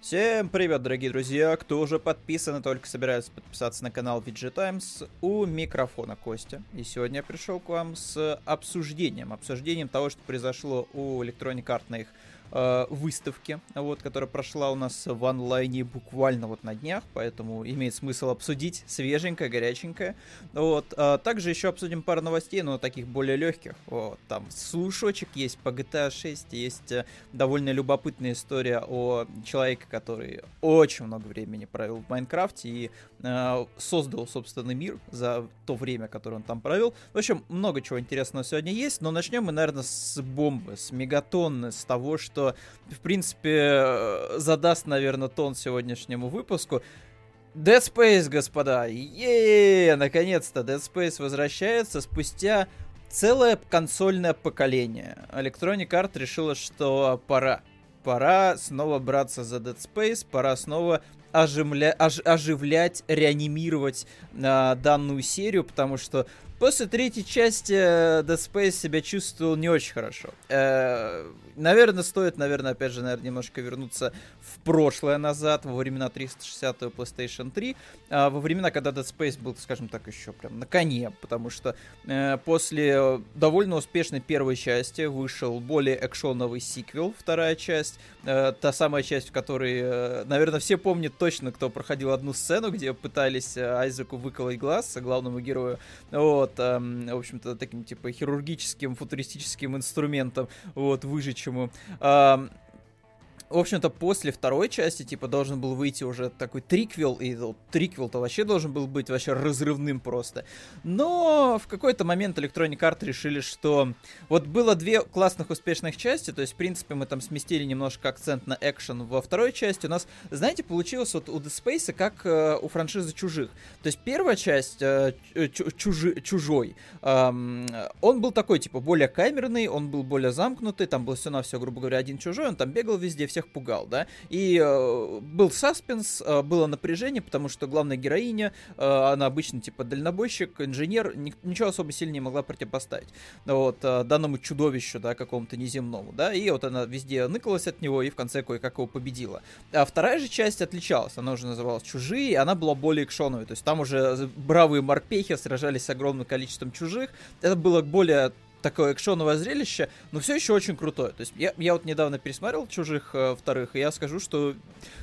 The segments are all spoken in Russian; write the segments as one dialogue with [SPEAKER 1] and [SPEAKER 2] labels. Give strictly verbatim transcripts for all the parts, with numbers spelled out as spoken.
[SPEAKER 1] Всем привет, дорогие друзья! Кто уже подписан и только собирается подписаться на канал ви джи Times, у микрофона Костя. И сегодня я пришел к вам с обсуждением, обсуждением того, что произошло у Electronic Arts на их э, выставке, вот, которая прошла у нас в онлайне буквально вот на днях, поэтому имеет смысл обсудить свеженькое, горяченькое. Вот. А также еще обсудим пару новостей, но таких более легких. Вот. Там слушочек есть по джи ти эй шесть, есть э, довольно любопытная история о человеке, который очень много времени провел в Майнкрафте и э, создал собственный мир за то время, которое он там провел. В общем, много чего интересного сегодня есть, но начнем мы, наверное, с бомбы, с мегатонны, с того, что, в принципе, задаст, наверное, тон сегодняшнему выпуску. Dead Space, господа! Еее! Наконец-то Dead Space возвращается спустя целое консольное поколение. Electronic Arts решила, что пора. Пора снова браться за Dead Space, пора снова оживля... ож... оживлять, реанимировать э, данную серию, потому что после третьей части Dead Space себя чувствовал не очень хорошо. Э, наверное, стоит, наверное, опять же, наверное, немножко вернуться в прошлое назад, во времена триста шестидесятого PlayStation три, э, во времена, когда Dead Space был, скажем так, еще прям на коне, потому что э, после довольно успешной первой части вышел более экшоновый сиквел, вторая часть, э, та самая часть, в которой, э, наверное, все помнят точно, кто проходил одну сцену, где пытались э, Айзеку выколоть глаз, главному герою, вот, в общем-то, таким, типа, хирургическим, футуристическим инструментом, вот, выжечь ему. В общем-то, после второй части, типа, должен был выйти уже такой триквел, и вот, триквел-то вообще должен был быть вообще разрывным просто. Но в какой-то момент Electronic Arts решили, что вот было две классных успешных части, то есть, в принципе, мы там сместили немножко акцент на экшен во второй части. У нас, знаете, получилось вот у Dead Space как э, у франшизы Чужих. То есть, первая часть, э, чужи, Чужой, э, он был такой, типа, более камерный, он был более замкнутый, там был все-на-все, грубо говоря, один чужой, он там бегал везде, всех пугал, да, и э, был саспенс, э, было напряжение, потому что главная героиня, э, она обычно, типа, дальнобойщик, инженер, ни, ничего особо сильно не могла противопоставить, вот, э, данному чудовищу, да, какому-то неземному, да, и вот она везде ныкалась от него и в конце кое-как его победила. А вторая же часть отличалась, она уже называлась «Чужие», и она была более экшоновой, то есть там уже бравые морпехи сражались с огромным количеством чужих, это было более такое экшоновое зрелище, но все еще очень крутое. То есть я, я вот недавно пересмотрел «Чужих» э, вторых, и я скажу, что,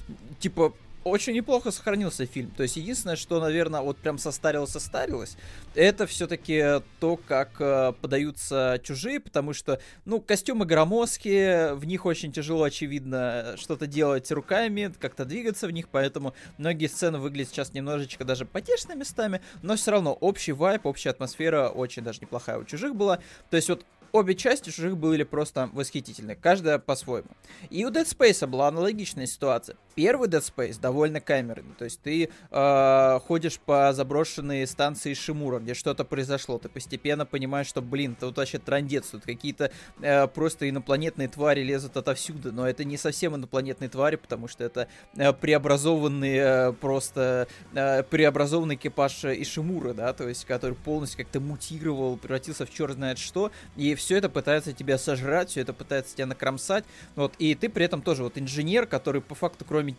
[SPEAKER 1] типа, очень неплохо сохранился фильм. То есть единственное, что, наверное, вот прям состарилось-состарилось, это все-таки то, как э, подаются «Чужие», потому что, ну, костюмы громоздкие, в них очень тяжело, очевидно, что-то делать руками, как-то двигаться в них, поэтому многие сцены выглядят сейчас немножечко даже потешными местами, но все равно общий вайб, общая атмосфера очень даже неплохая у «Чужих» была. То есть вот обе части «Чужих» были просто восхитительны, каждая по-своему. И у Dead Space была аналогичная ситуация. Первый Dead Space довольно камерный, то есть ты э, ходишь по заброшенной станции Шимура, где что-то произошло, ты постепенно понимаешь, что, блин, тут вообще трындец, тут какие-то э, просто инопланетные твари лезут отовсюду, но это не совсем инопланетные твари, потому что это э, преобразованный э, просто э, преобразованный экипаж Ишимуры, да, то есть который полностью как-то мутировал, превратился в черт знает что, и все это пытается тебя сожрать, все это пытается тебя накромсать, вот, и ты при этом тоже вот инженер, который по факту, кроме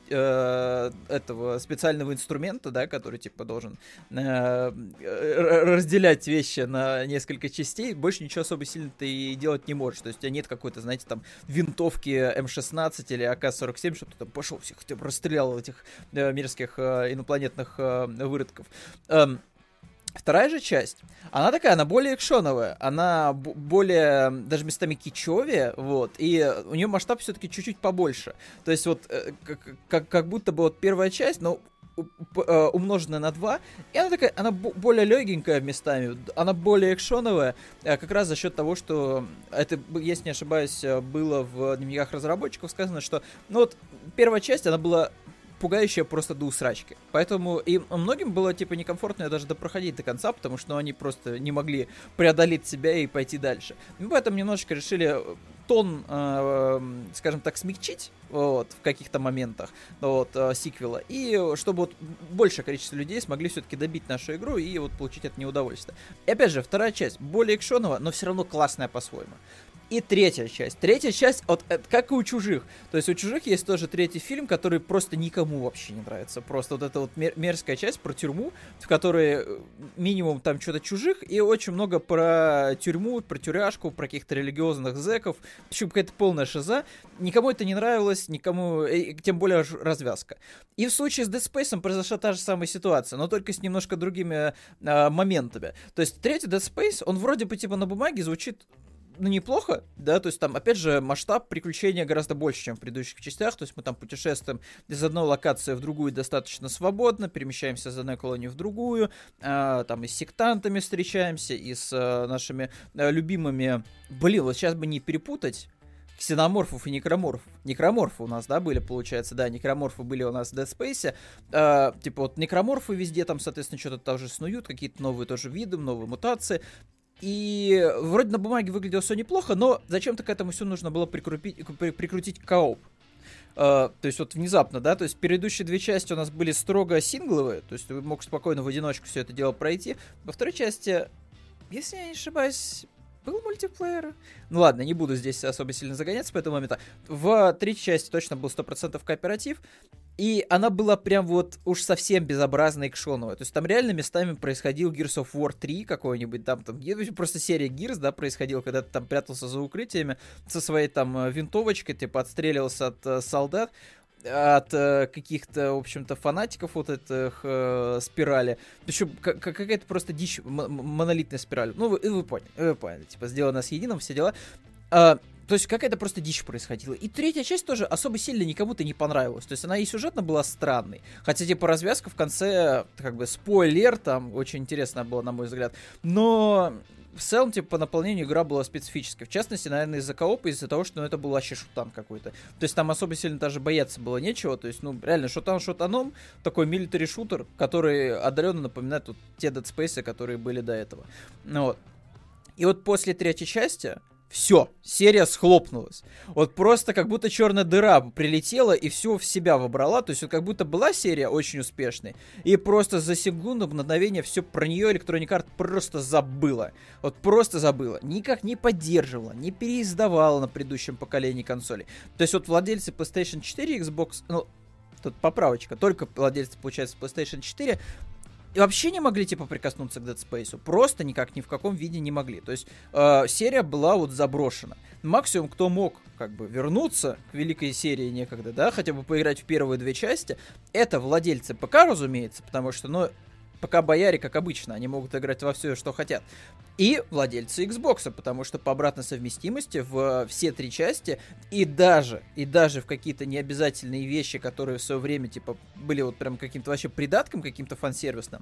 [SPEAKER 1] э, этого специального инструмента, да, который, типа, должен э, разделять вещи на несколько частей, больше ничего особо сильно ты и делать не можешь, то есть у тебя нет какой-то, знаете, там, винтовки эм шестнадцать или а ка сорок семь, чтобы ты там пошел всех, ты расстрелял этих э, мерзких э, инопланетных э, выродков. Эм, Вторая же часть, она такая, она более экшоновая, она б- более, даже местами кичевее, вот, и у нее масштаб все-таки чуть-чуть побольше. То есть вот, э, как, как, как будто бы вот первая часть, но умноженная на два, и она такая, она б- более легенькая местами, она более экшоновая, как раз за счет того, что это, если не ошибаюсь, было в дневниках разработчиков сказано, что, ну вот, первая часть, она была пугающая просто до усрачки. Поэтому и многим было, типа, некомфортно ее даже допроходить до конца, потому что ну, они просто не могли преодолеть себя и пойти дальше. Мы поэтому немножечко решили тон, э, скажем так, смягчить вот, в каких-то моментах вот, э, сиквела, и чтобы вот большее количество людей смогли все-таки добить нашу игру и вот получить от нее удовольствие. И опять же, вторая часть более экшонова, но все равно классная по-своему. И третья часть. Третья часть, вот, как и у «Чужих». То есть у «Чужих» есть тоже третий фильм, который просто никому вообще не нравится. Просто вот эта вот мер- мерзкая часть про тюрьму, в которой минимум там что-то чужих, и очень много про тюрьму, про тюряшку, про каких-то религиозных зэков. Причем какая-то полная шиза. Никому это не нравилось, никому, тем более развязка. И в случае с Dead Space произошла та же самая ситуация, но только с немножко другими а, моментами. То есть третий Dead Space, он вроде бы типа на бумаге звучит ну, неплохо, да, то есть там, опять же, масштаб приключения гораздо больше, чем в предыдущих частях, то есть мы там путешествуем из одной локации в другую достаточно свободно, перемещаемся из одной колонии в другую, э, там и с сектантами встречаемся, и с э, нашими э, любимыми, блин, вот сейчас бы не перепутать, ксеноморфов и некроморфов. Некроморфы у нас, да, были, получается, да, некроморфы были у нас в Dead Space. Э, типа вот некроморфы везде там, соответственно, что-то тоже снуют, какие-то новые тоже виды, новые мутации. И вроде на бумаге выглядело все неплохо, но зачем-то к этому все нужно было прикрутить, прикрутить кооп. Uh, то есть вот внезапно, да, то есть предыдущие две части у нас были строго сингловые, то есть ты мог спокойно в одиночку все это дело пройти. Во второй части, если я не ошибаюсь, был мультиплеер. Ну ладно, не буду здесь особо сильно загоняться по этому моменту. В третьей части точно был сто процентов кооператив. И она была прям вот уж совсем безобразной экшоновой. То есть там реально местами происходил Gears of War три какой-нибудь, там, там просто серия Gears, да, происходила, когда ты там прятался за укрытиями со своей там винтовочкой, типа отстреливался от э, солдат, от э, каких-то, в общем-то, фанатиков вот этих э, спирали. Причем как- какая-то просто дичь, м- монолитная спираль. Ну, вы, вы поняли, вы поняли, типа сделано с единым, все дела. А, то есть какая-то просто дичь происходила. И третья часть тоже особо сильно никому-то не понравилась. То есть она и сюжетно была странной. Хотя, типа, развязка в конце, как бы, спойлер, там, очень интересно было, на мой взгляд. Но в целом, типа, по наполнению игра была специфической. В частности, наверное, из-за коопа, из-за того, что ну, это был вообще шутан какой-то. То есть там особо сильно даже бояться было нечего. То есть, ну, реально, шутан шутаном, такой милитари-шутер, который отдаленно напоминает вот те Dead Space, которые были до этого. Ну вот. И вот после третьей части все, серия схлопнулась. Вот просто как будто черная дыра прилетела и все в себя вобрала. То есть вот как будто была серия очень успешной. И просто за секунду, мгновение все про нее Electronic Arts просто забыла. Вот просто забыла. Никак не поддерживала, не переиздавала на предыдущем поколении консолей. То есть вот владельцы PlayStation четыре, Xbox... Ну, тут поправочка. Только владельцы, получается, PlayStation четыре... И вообще не могли, типа, прикоснуться к Dead Space. Просто никак, ни в каком виде не могли. То есть э, серия была вот заброшена. Максимум, кто мог, как бы, вернуться к великой серии некогда, да, хотя бы поиграть в первые две части, это владельцы ПК, разумеется, потому что, ну, ПК-бояре, как обычно, они могут играть во все, что хотят. И владельцы Xbox, потому что по обратной совместимости в все три части и даже, и даже в какие-то необязательные вещи, которые в свое время, типа, были вот прям каким-то вообще придатком, каким-то фан-сервисным,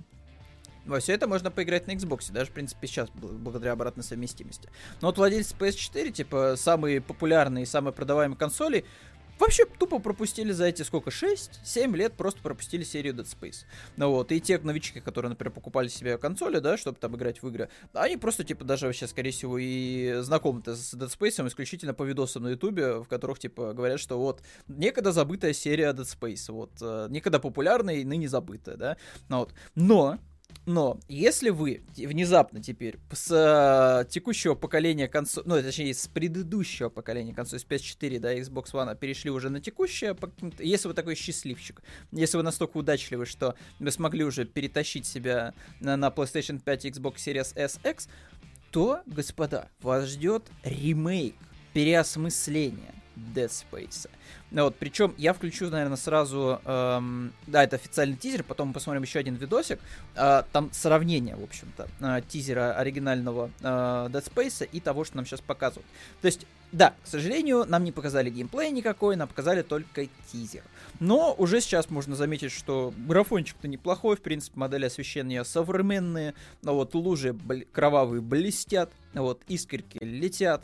[SPEAKER 1] во все это можно поиграть на Xbox, даже, в принципе, сейчас, благодаря обратной совместимости. Но вот владельцы пи эс четыре, типа, самые популярные и самые продаваемые консоли, вообще тупо пропустили за эти сколько, шесть-семь лет просто пропустили серию Dead Space. Ну вот, и те новички, которые, например, покупали себе консоли, да, чтобы там играть в игры, они просто, типа, даже вообще, скорее всего, и знакомы-то с Dead Space исключительно по видосам на Ютубе, в которых, типа, говорят, что вот, некогда забытая серия Dead Space, вот, некогда популярная и ныне забытая, да, ну вот, но... Но если вы внезапно теперь с э, текущего поколения консоль, ну, точнее, с предыдущего поколения консоль, с пи эс четыре, да, Xbox One, перешли уже на текущее, если вы такой счастливчик, если вы настолько удачливы, что вы смогли уже перетащить себя на, на PlayStation пять и Xbox Series S X, то, господа, вас ждет ремейк, переосмысление Dead Space. Ну вот, причем я включу, наверное, сразу, эм, да, это официальный тизер, потом мы посмотрим еще один видосик, э, там сравнение, в общем-то, э, тизера оригинального э, Dead Space и того, что нам сейчас показывают. То есть, да, к сожалению, нам не показали геймплей никакой, нам показали только тизер. Но уже сейчас можно заметить, что графончик-то неплохой, в принципе, модели освещения современные, но вот лужи бл- кровавые блестят, вот искорки летят,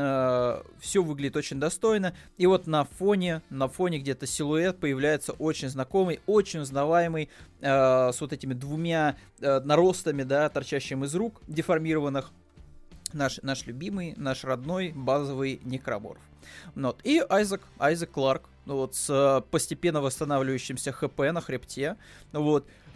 [SPEAKER 1] э, все выглядит очень достойно, и вот на фоне, на фоне где-то силуэт появляется очень знакомый, очень узнаваемый, э, с вот этими двумя э, наростами, да, торчащими из рук, деформированных, наш, наш любимый, наш родной базовый некроморф. Вот. И Айзек, Айзек Кларк, ну вот, с постепенно восстанавливающимся ХП на хребте, вот.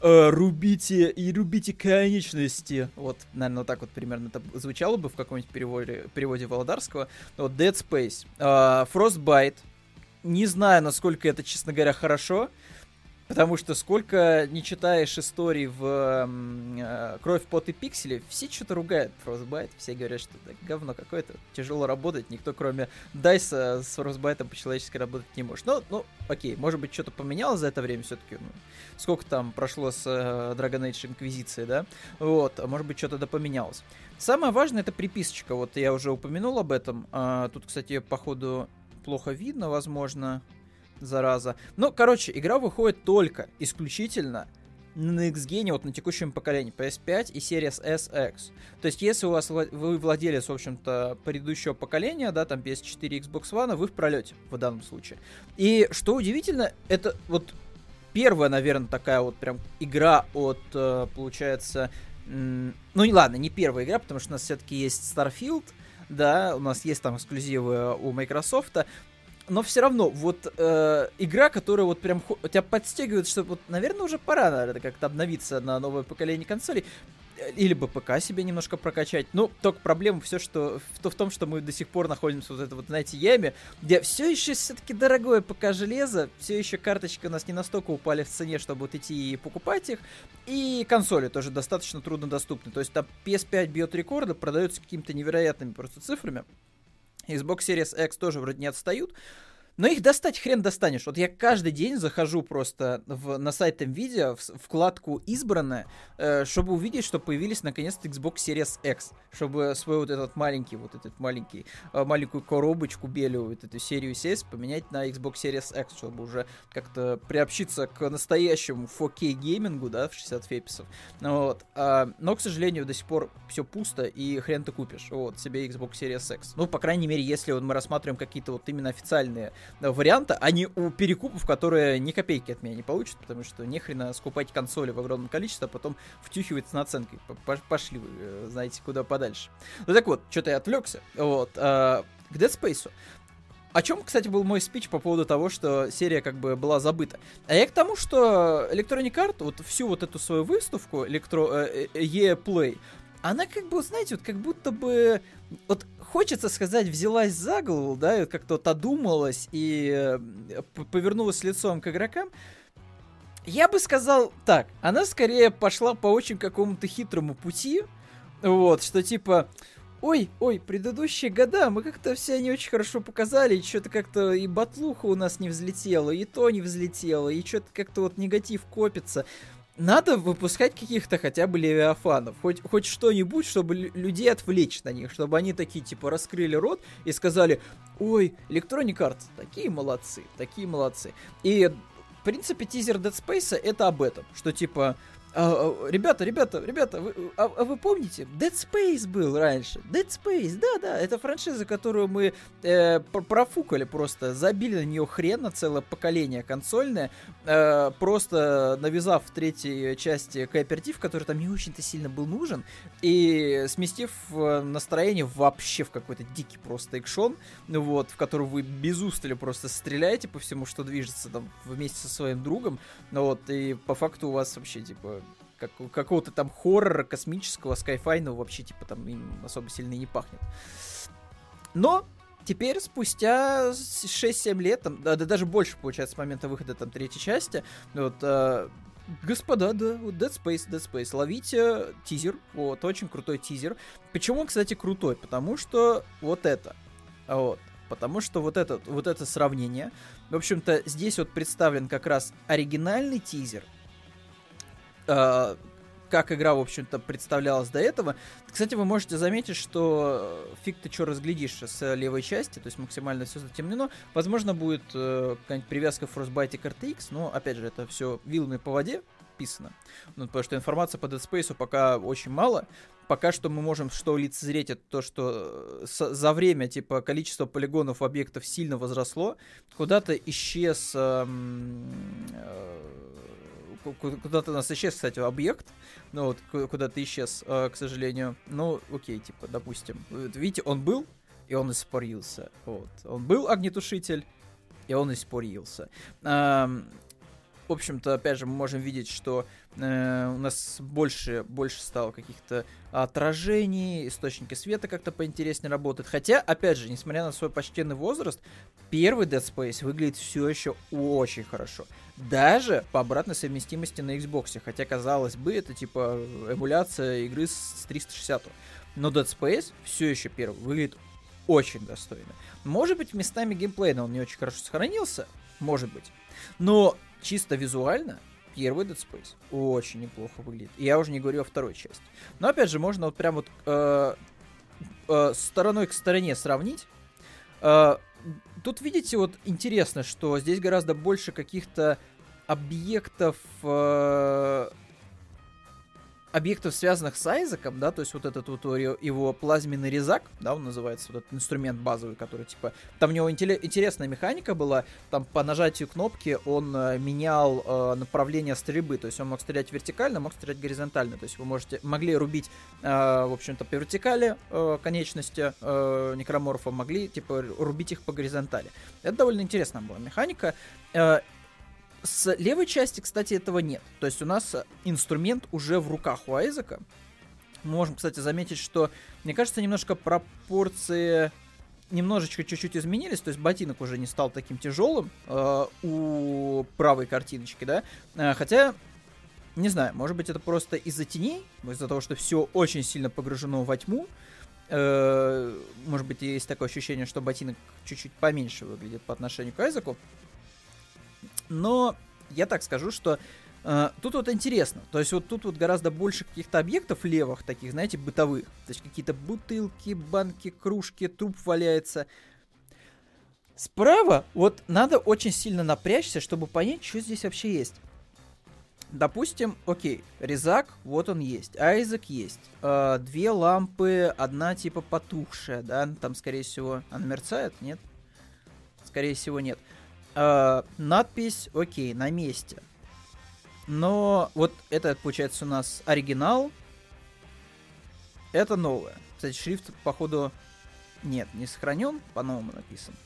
[SPEAKER 1] э, рубите и рубите конечности. Вот, наверное, вот так вот примерно это звучало бы в каком-нибудь переводе, переводе Володарского. Вот, Dead Space. Э, Frostbite. Не знаю, насколько это, честно говоря, хорошо. Потому что сколько не читаешь историй в э, «Кровь, пот и пиксели», все что-то ругают Frostbite, все говорят, что это говно какое-то, тяжело работать, никто кроме Дайса с Frostbite по-человечески работать не может. Ну, ну, окей, может быть, что-то поменялось за это время все-таки, ну, сколько там прошло с э, Dragon Age Инквизиции, да, вот, а может быть, что-то да поменялось. Самое важное — это приписочка, вот я уже упомянул об этом, а, тут, кстати, походу плохо видно, возможно... Зараза. Ну, короче, игра выходит только, исключительно на X-Gen, вот на текущем поколении пи эс пять и Series эс икс. То есть, если у вас вы владелец, в общем-то, предыдущего поколения, да, там пи эс четыре, Xbox One, вы в пролете в данном случае. И что удивительно, это вот первая, наверное, такая вот прям игра от, получается, ну, не ладно, не первая игра, потому что у нас все-таки есть Starfield, да, у нас есть там эксклюзивы у Microsoft. Но все равно, вот э, игра, которая вот прям хо- тебя подстегивает, что вот, наверное, уже пора, наверное, как-то обновиться на новое поколение консолей. Или бы ПК себе немножко прокачать. Ну, только проблема все, что в, в том, что мы до сих пор находимся в вот этой вот, знаете, яме, где все еще все-таки дорогое ПК-железо, все еще карточки у нас не настолько упали в цене, чтобы вот идти и покупать их, и консоли тоже достаточно труднодоступны. То есть там пи эс пять бьет рекорды, продаются какими-то невероятными просто цифрами. Xbox Series X тоже вроде не отстают, но их достать хрен достанешь. Вот я каждый день захожу просто в, на сайт NVIDIA, в вкладку «Избранное», э, чтобы увидеть, что появились наконец-то Xbox Series X, чтобы свой вот этот маленький, вот этот маленький, э, маленькую коробочку белую, вот эту серию S поменять на Xbox Series X, чтобы уже как-то приобщиться к настоящему фор кей геймингу, да, в шестьдесят феписов. Вот. А, но, к сожалению, до сих пор все пусто, и хрен ты купишь вот себе Xbox Series X. Ну, по крайней мере, если вот мы рассматриваем какие-то вот именно официальные варианта, а не у перекупов, которые ни копейки от меня не получат, потому что нехрена скупать консоли в огромном количестве, а потом втюхивать с наценкой. Пошли вы, знаете, куда подальше. Ну так вот, что-то я отвлекся. Вот. А, к Dead Space. О чем, кстати, был мой спич по поводу того, что серия как бы была забыта. А я к тому, что Electronic Arts, вот всю вот эту свою выставку Electro, э, E-Play, она как бы, знаете, вот как будто бы, вот хочется сказать, взялась за голову, да, и вот как-то вот одумалась и э, повернулась лицом к игрокам. Я бы сказал так, она скорее пошла по очень какому-то хитрому пути, вот, что типа... Ой, ой, предыдущие года мы как-то все не очень хорошо показали, и что-то как-то и батлуха у нас не взлетела, и то не взлетело, и что-то как-то вот негатив копится. Надо выпускать каких-то хотя бы левиафанов, хоть, хоть что-нибудь, чтобы людей отвлечь на них, чтобы они такие, типа, раскрыли рот и сказали: ой, Electronic Arts, такие молодцы, такие молодцы. И, в принципе, тизер Dead Space это об этом, что, типа... А, а, ребята, ребята, ребята, вы, а, а вы помните? Dead Space был раньше. Dead Space, да-да, это франшиза, которую мы э, профукали просто, забили на нее хрен на целое поколение консольное, э, просто навязав в третьей части кооператив, который там не очень-то сильно был нужен, и сместив настроение вообще в какой-то дикий просто экшон, вот, в который вы без устали просто стреляете по всему, что движется там вместе со своим другом, вот, и по факту у вас вообще, типа, Как, какого-то там хоррора космического, скайфайного вообще, типа, там им особо сильно не пахнет. Но теперь, спустя шесть-семь лет, там, да, да даже больше, получается, с момента выхода там третьей части, вот, э, господа, да, вот Dead Space, Dead Space, ловите тизер, вот, очень крутой тизер. Почему он, кстати, крутой? Потому что вот это, вот, потому что вот это, вот это сравнение, в общем-то, здесь вот представлен как раз оригинальный тизер, Uh, как игра, в общем-то, представлялась до этого. Кстати, вы можете заметить, что фиг ты что разглядишь с левой части, то есть максимально все затемнено. Возможно, будет uh, какая-нибудь привязка Frostbite к эр ти экс, но, опять же, это все вилами по воде писано. Ну, потому что информации по Dead Space пока очень мало. Пока что мы можем что лицезреть, это то, что с- за время, типа, количество полигонов объектов сильно возросло. Куда-то исчез... Эм, э, Куда-то у нас исчез, кстати, объект. Ну вот, куда-то исчез, к сожалению. Ну, окей, типа, допустим. Видите, он был, и он испарился. Вот. Он был огнетушитель, и он испарился. в общем-то, опять же, мы можем видеть, что э, у нас больше, больше стало каких-то отражений, источники света как-то поинтереснее работают. Хотя, опять же, несмотря на свой почтенный возраст, первый Dead Space выглядит все еще очень хорошо. Даже по обратной совместимости на Xbox. Хотя, казалось бы, это типа эмуляция игры с триста шестьдесят. Но Dead Space все еще первый выглядит очень достойно. Может быть, местами геймплейно он не очень хорошо сохранился. Может быть. Но чисто визуально первый Dead Space очень неплохо выглядит. И я уже не говорю о второй части. Но опять же, можно вот прям вот э, э, стороной к стороне сравнить. Э, тут, видите, вот интересно, что здесь гораздо больше каких-то объектов... Э, объектов, связанных с Айзеком, да, то есть вот этот вот его плазменный резак, да, он называется, вот этот инструмент базовый, который, типа, там у него интересная механика была, там по нажатию кнопки он э, менял э, направление стрельбы, то есть он мог стрелять вертикально, мог стрелять горизонтально, то есть вы можете, могли рубить, э, в общем-то, по вертикали э, конечности э, некроморфа, могли, типа, рубить их по горизонтали. Это довольно интересная была механика. Э, С левой части, кстати, этого нет. То есть у нас инструмент уже в руках у Айзека. Мы можем, кстати, заметить, что, мне кажется, немножко пропорции немножечко чуть-чуть изменились. То есть ботинок уже не стал таким тяжелым э, у правой картиночки, да. Э, хотя, не знаю, может быть, это просто из-за теней, из-за того, что все очень сильно погружено во тьму. Э, может быть, есть такое ощущение, что ботинок чуть-чуть поменьше выглядит по отношению к Айзеку. Но я так скажу, что э, тут вот интересно. То есть вот тут вот гораздо больше каких-то объектов левых, таких, знаете, бытовых. То есть какие-то бутылки, банки, кружки, труп валяется. Справа вот надо очень сильно напрячься, чтобы понять, что здесь вообще есть. Допустим, окей, резак, вот он есть. Айзек есть. Э, две лампы, одна типа потухшая, да, там, скорее всего, она мерцает, нет? Скорее всего, нет. Uh, надпись, окей, на месте. Но вот это, получается, у нас оригинал. Это новое. Кстати, шрифт, походу, нет, не сохранен. По-новому написан.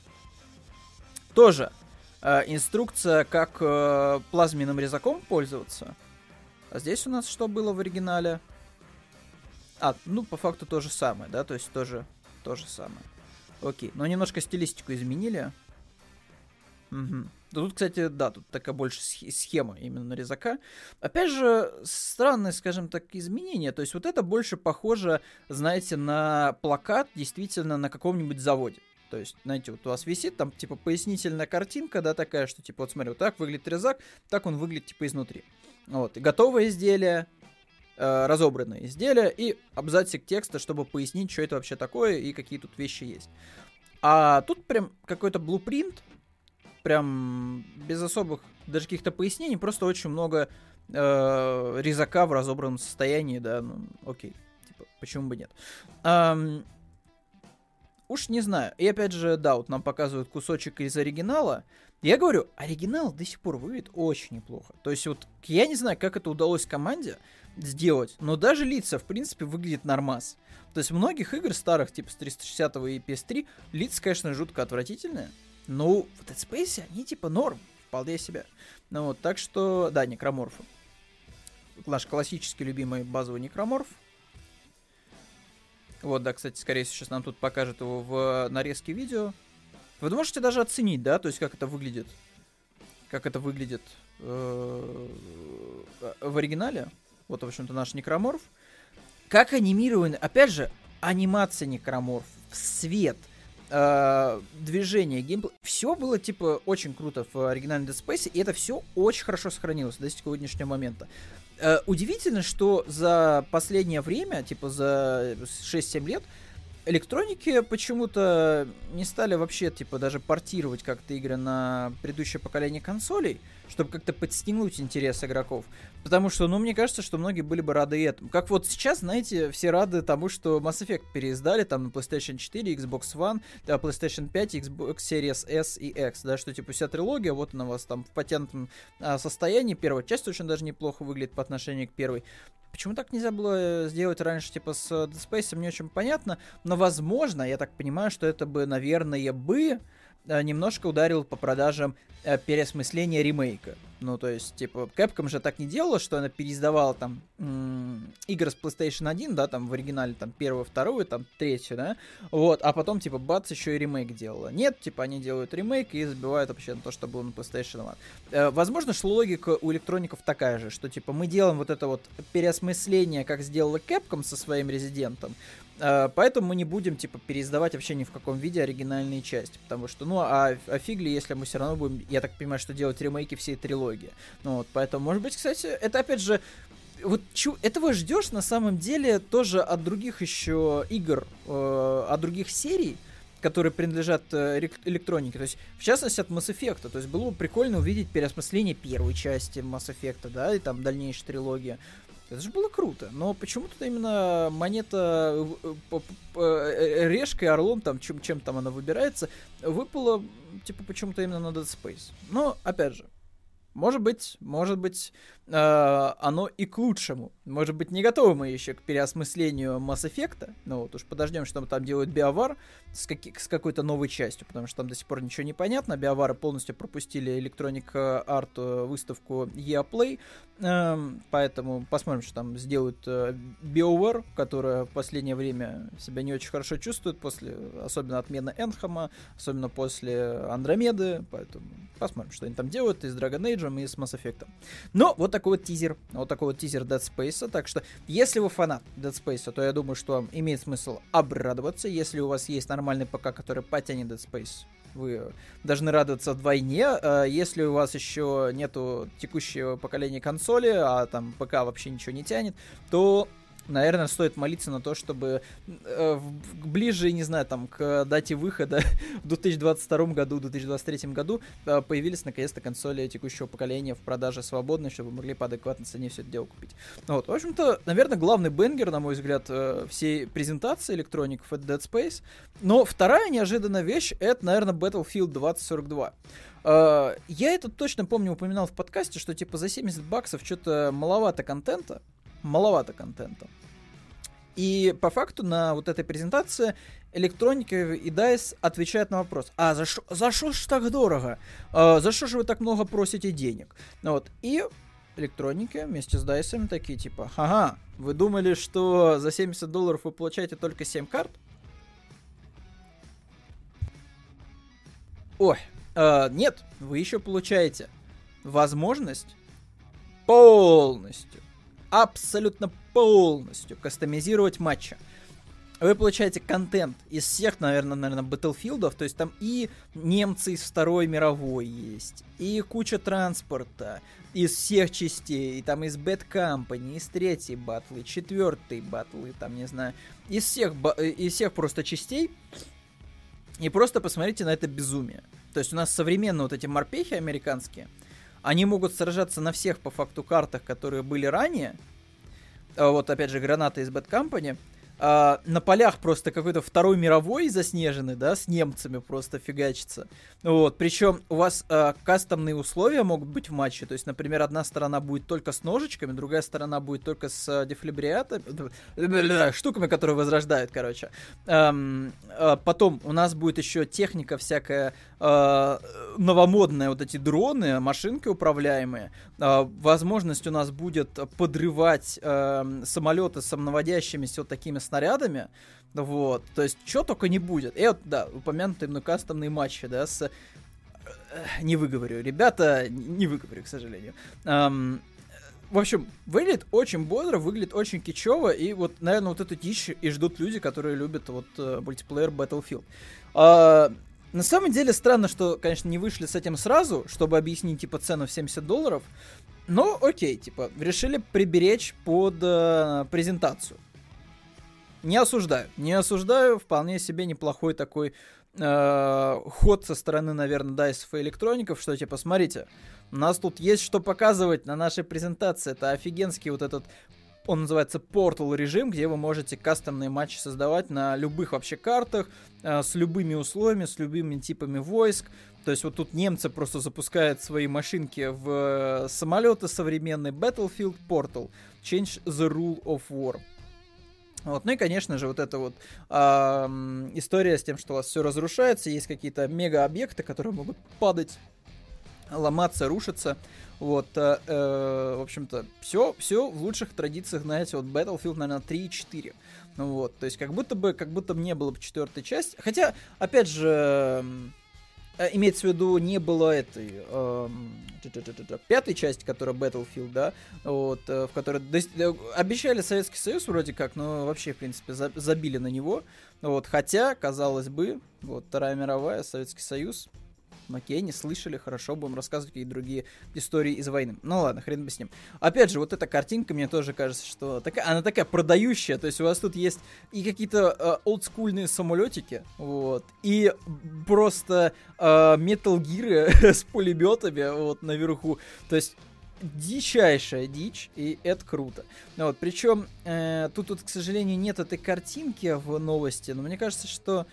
[SPEAKER 1] Тоже uh, инструкция, как uh, плазменным резаком пользоваться. А здесь у нас что было в оригинале? А, ну, по факту то же самое, да? То есть тоже то же самое. Окей, но немножко стилистику изменили. Угу. Тут, кстати, да, тут такая больше схема именно резака. Опять же, странное, скажем так, изменение. То есть вот это больше похоже, знаете, на плакат действительно на каком-нибудь заводе. То есть, знаете, вот у вас висит там, типа, пояснительная картинка, да, такая, что, типа, вот смотри, вот так выглядит резак, так он выглядит, типа, изнутри. Вот, и готовое изделие, э, разобранное изделие, и абзацик текста, чтобы пояснить, что это вообще такое и какие тут вещи есть. А тут прям какой-то блупринт, прям без особых даже каких-то пояснений, просто очень много э, резака в разобранном состоянии, да, ну, окей, типа, почему бы нет. Эм, уж не знаю. И опять же, да, вот нам показывают кусочек из оригинала. Я говорю, оригинал до сих пор выглядит очень неплохо. То есть вот, я не знаю, как это удалось команде сделать, но даже лица, в принципе, выглядят нормас. То есть многих игр старых, типа с триста шестьдесят и пи эс три, лица, конечно, жутко отвратительные. Ну, в Dead Space они типа норм, вполне себе. Ну вот, так что, да, некроморфы. Наш классический любимый базовый некроморф. Вот, да, кстати, скорее всего, сейчас нам тут покажет его в нарезке видео. Вы можете даже оценить, да, то есть как это выглядит. Как это выглядит э- в оригинале. Вот, в общем-то, наш некроморф. Как анимирован, опять же, анимация некроморф, свет, движение, геймплей, все было, типа, очень круто в оригинальном Dead Space, и это все очень хорошо сохранилось до сегодняшнего момента. Э, удивительно, что за последнее время, типа, за шесть-семь лет, электроники почему-то не стали вообще, типа, даже портировать как-то игры на предыдущее поколение консолей, чтобы как-то подстегнуть интерес игроков. Потому что, ну, мне кажется, что многие были бы рады этому. Как вот сейчас, знаете, все рады тому, что Mass Effect переиздали там на PlayStation четыре, Xbox One, PlayStation пять, Xbox Series S и X, да, что, типа, вся трилогия, вот она у вас там в потянутом а, состоянии. Первая часть очень даже неплохо выглядит по отношению к первой. Почему так нельзя было сделать раньше, типа, с Dead Space, мне очень понятно, но, возможно, я так понимаю, что это бы, наверное, бы немножко ударил по продажам э, переосмысления ремейка. Ну, то есть, типа, Capcom же так не делала, что она переиздавала там м- игры с PlayStation один, да, там в оригинале там первую, вторую, там третью, да, вот, а потом, типа, бац, еще и ремейк делала. Нет, типа, они делают ремейк и забивают вообще на то, что было на PlayStation один. Э, возможно, что логика у электроников такая же, что, типа, мы делаем вот это вот переосмысление, как сделала Capcom со своим Резидентом, Uh, поэтому мы не будем, типа, переиздавать вообще ни в каком виде оригинальные части, потому что, ну, а, а фиг ли, если мы все равно будем, я так понимаю, что делать ремейки всей трилогии. Ну, вот, поэтому, может быть, кстати, это, опять же, вот чу, этого ждешь, на самом деле, тоже от других еще игр, э, от других серий, которые принадлежат э, электронике, то есть, в частности, от Mass Effect, то есть, было бы прикольно увидеть переосмысление первой части Mass Effect, да, и там дальнейшей трилогии. Это же было круто, но почему-то именно монета решкой, орлом, там, чем, чем там она выбирается, выпала, типа, почему-то именно на Dead Space. Но, опять же, может быть, может быть, э, оно и к лучшему. Может быть, не готовы мы еще к переосмыслению Mass Effect. Ну вот уж подождем, что там делают BioWare с, каки- с какой-то новой частью, потому что там до сих пор ничего не понятно. BioWare полностью пропустили Electronic Art выставку и эй Play, э, поэтому посмотрим, что там сделают э, BioWare, которая в последнее время себя не очень хорошо чувствует, после, особенно отмены Энхама, особенно после Андромеды, поэтому посмотрим, что они там делают и с Dragon Age, и с Mass Effect. Но вот такой вот тизер, вот такой вот тизер Dead Space, так что если вы фанат Dead Space, то я думаю, что вам имеет смысл обрадоваться. Если у вас есть нормальный ПК, который потянет Dead Space, вы должны радоваться вдвойне. Если у вас еще нету текущего поколения консоли, а там ПК вообще ничего не тянет, то, наверное, стоит молиться на то, чтобы э, ближе, не знаю, там, к дате выхода в две тысячи двадцать втором году, две тысячи двадцать третьем году э, появились наконец-то консоли текущего поколения в продаже свободной, чтобы вы могли по адекватной цене все это дело купить. Ну, вот, в общем-то, наверное, главный бэнгер, на мой взгляд, э, всей презентации электроников — это Dead Space. Но вторая неожиданная вещь — это, наверное, Battlefield двадцать сорок два. Uh, я это точно помню, упоминал в подкасте, что типа за семьдесят баксов что-то маловато контента. Маловато контента. И по факту на вот этой презентации Electronic и дайс отвечают на вопрос: а за что за шо ж так дорого? Uh, за что же вы так много просите денег? Вот. И Electronic вместе с дайсами такие типа: ага, вы думали, что за семьдесят долларов вы получаете только семь карт? Ой. Uh, нет, вы еще получаете возможность полностью, абсолютно полностью кастомизировать матчи. Вы получаете контент из всех, наверное, наверное, Battlefield'ов, то есть там и немцы из Второй мировой есть, и куча транспорта из всех частей, и там из Bad Company, из третьей батлы, четвертой батлы, там, не знаю, из всех, из всех просто частей. И просто посмотрите на это безумие. То есть у нас современные вот эти морпехи американские, они могут сражаться на всех по факту картах, которые были ранее. Вот опять же гранаты из Bad Company. А, на полях просто какой-то Второй мировой заснеженный, да, с немцами просто фигачится. Вот, причем у вас а, кастомные условия могут быть в матче, то есть, например, одна сторона будет только с ножичками, другая сторона будет только с а, дефибрилляторами, штуками, которые возрождают, короче. А, а, потом у нас будет еще техника всякая а, новомодная, вот эти дроны, машинки управляемые. А, возможность у нас будет подрывать а, самолеты с самонаводящимися вот такими снарядами, вот, то есть, что только не будет. И вот, да, упомянутые мной кастомные матчи, да, с... Не выговорю, ребята, не выговорю, к сожалению. Эм... В общем, выглядит очень бодро, выглядит очень кичево, и вот, наверное, вот эту дичь и ждут люди, которые любят вот мультиплеер Battlefield. А, на самом деле, странно, что, конечно, не вышли с этим сразу, чтобы объяснить, типа, цену в семьдесят долларов, но окей, типа, решили приберечь под э, презентацию. Не осуждаю, не осуждаю, вполне себе неплохой такой э, ход со стороны, наверное, дайсов и электроников, что типа, смотрите, у нас тут есть что показывать на нашей презентации, это офигенский вот этот, он называется Portal режим, где вы можете кастомные матчи создавать на любых вообще картах, э, с любыми условиями, с любыми типами войск. То есть вот тут немцы просто запускают свои машинки в э, самолеты современные. Battlefield Portal. Change the rule of war. Вот. Ну и, конечно же, вот эта вот а, история с тем, что у вас все разрушается, есть какие-то мега-объекты, которые могут падать ломаться, рушиться. Вот, э, э, в общем-то, все, все в лучших традициях, знаете, вот Battlefield, наверное, три и четыре. Ну вот, то есть как будто бы, как будто бы не было бы четвертой части. Хотя, опять же, э, имеется в виду, не было этой э, пятой части, которая Battlefield, да, вот, э, в которой до... обещали Советский Союз вроде как, но вообще, в принципе, за... забили на него. Вот, хотя, казалось бы, вот, Вторая мировая, Советский Союз. Окей, не слышали, хорошо, будем рассказывать какие-то другие истории из войны. Ну ладно, хрен бы с ним. Опять же, вот эта картинка, мне тоже кажется, что такая, она такая продающая, то есть у вас тут есть и какие-то э, олдскульные самолетики, вот, и просто э, Metal Gear с пулеметами вот наверху, то есть дичайшая дичь, и это круто. Вот, причем э, тут, тут, к сожалению, нет этой картинки в новости, но мне кажется, что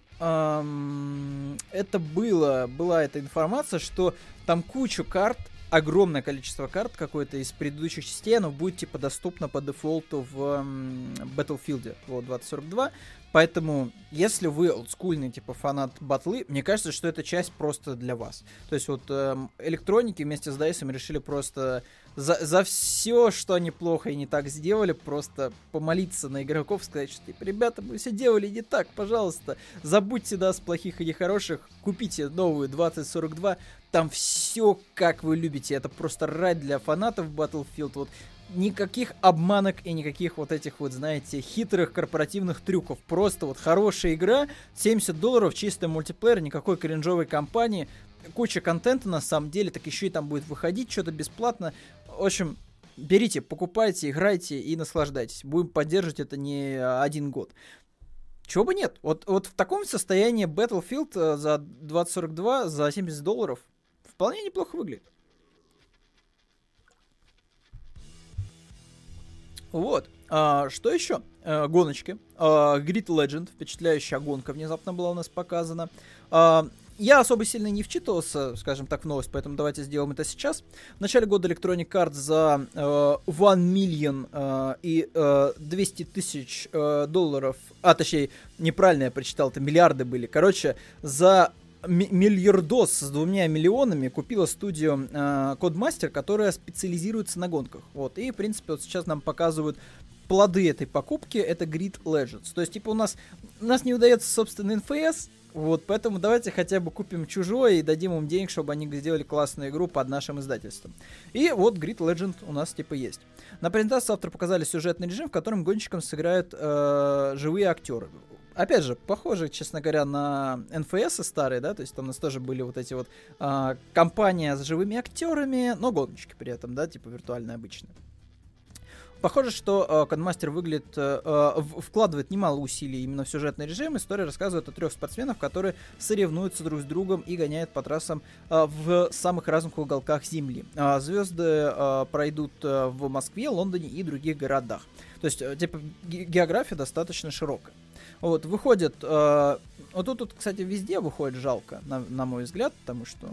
[SPEAKER 1] Um, это было, была эта информация, что там кучу карт, огромное количество карт какой-то из предыдущих частей, оно будет типа доступно по дефолту в um, Battlefield вот, двадцать сорок два. Поэтому, если вы олдскульный типа фанат батлы, мне кажется, что эта часть просто для вас. То есть вот эм, электроники вместе с дайсом решили просто за, за все, что они плохо и не так сделали, просто помолиться на игроков, сказать, что типа, ребята, мы все делали не так, пожалуйста, забудьте нас плохих и нехороших, купите новую двадцать сорок два, там все как вы любите, это просто рай для фанатов Battlefield, вот. Никаких обманок и никаких вот этих вот, знаете, хитрых корпоративных трюков. Просто вот хорошая игра, семьдесят долларов, чистый мультиплеер, никакой кринжовой кампании, куча контента на самом деле, так еще и там будет выходить что-то бесплатно. В общем, берите, покупайте, играйте и наслаждайтесь. Будем поддерживать это не один год. Чего бы нет? Вот, вот в таком состоянии Battlefield за двадцать сорок два, за семьдесят долларов вполне неплохо выглядит. Вот. А, что еще? А, гоночки. А, Grid Legend. Впечатляющая гонка внезапно была у нас показана. А, я особо сильно не вчитывался, скажем так, в новость, поэтому давайте сделаем это сейчас. В начале года Electronic Arts за uh, один миллион uh, и uh, двести тысяч uh, долларов, а точнее, неправильно я прочитал, это миллиарды были. Короче, за миллиардос с двумя миллионами купила студию э, Codemaster, которая специализируется на гонках. Вот. И, в принципе, вот сейчас нам показывают плоды этой покупки. Это Grid Legends. То есть, типа, у нас, у нас не удается, собственно, эн эф эс. Вот, поэтому давайте хотя бы купим чужое и дадим им денег, чтобы они сделали классную игру под нашим издательством. И вот Grid Legend у нас, типа, есть. На презентации автор показали сюжетный режим, в котором гонщикам сыграют э, живые актеры. Опять же, похоже, честно говоря, на эн эф эс старые, да, то есть там у нас тоже были вот эти вот а, компания с живыми актерами, но гоночки при этом, да, типа виртуальные обычные. Похоже, что э, Codemaster выглядит, э, в, вкладывает немало усилий именно в сюжетный режим. История рассказывает о трех спортсменах, которые соревнуются друг с другом и гоняют по трассам э, в самых разных уголках Земли. Э, звезды э, пройдут э, в Москве, Лондоне и других городах. То есть, э, типа, ге- география достаточно широкая. Вот, выходит... Э, вот тут, тут, кстати, везде выходит жалко, на, на мой взгляд, потому что...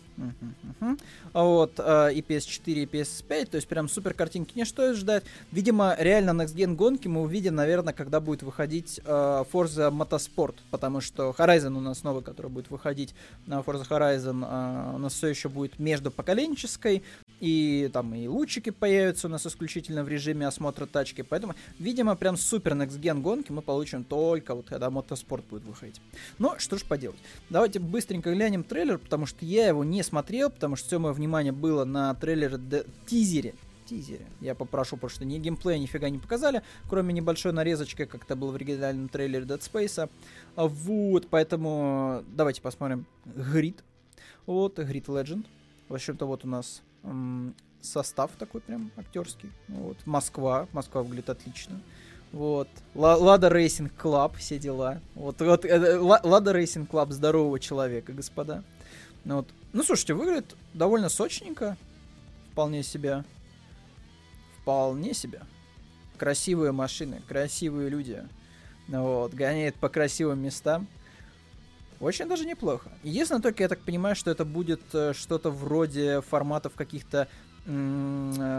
[SPEAKER 1] Вот, и пи эс четыре, и пи эс пять, то есть прям супер картинки не стоит ждать. Видимо, реально Next Gen гонки мы увидим, наверное, когда будет выходить uh, Forza Motorsport, потому что Horizon у нас новый, который будет выходить на Forza Horizon, uh, у нас все еще будет междупоколенческой, и там и лучики появятся у нас исключительно в режиме осмотра тачки, поэтому, видимо, прям супер Next Gen гонки мы получим только вот когда Motorsport будет выходить. Но что ж поделать. Давайте быстренько глянем трейлер, потому что я его не смотрел, потому что все мое внимание было на трейлере д- тизере. Тизере. Я попрошу, потому что ни геймплея нифига не показали, кроме небольшой нарезочки, как это было в оригинальном трейлере Dead Space. Вот, поэтому давайте посмотрим Grid. Вот, Grid Legend. В общем-то, вот у нас м- состав такой прям актерский. Вот, Москва. Москва выглядит отлично. Вот. Lada Racing Club, все дела. Вот, вот Lada Racing Club здорового человека, господа. Ну, вот. Ну, слушайте, выглядит довольно сочненько. Вполне себе. Вполне себе. Красивые машины, красивые люди. Вот. Гоняет по красивым местам. Очень даже неплохо. Единственное, только я так понимаю, что это будет что-то вроде форматов каких-то м-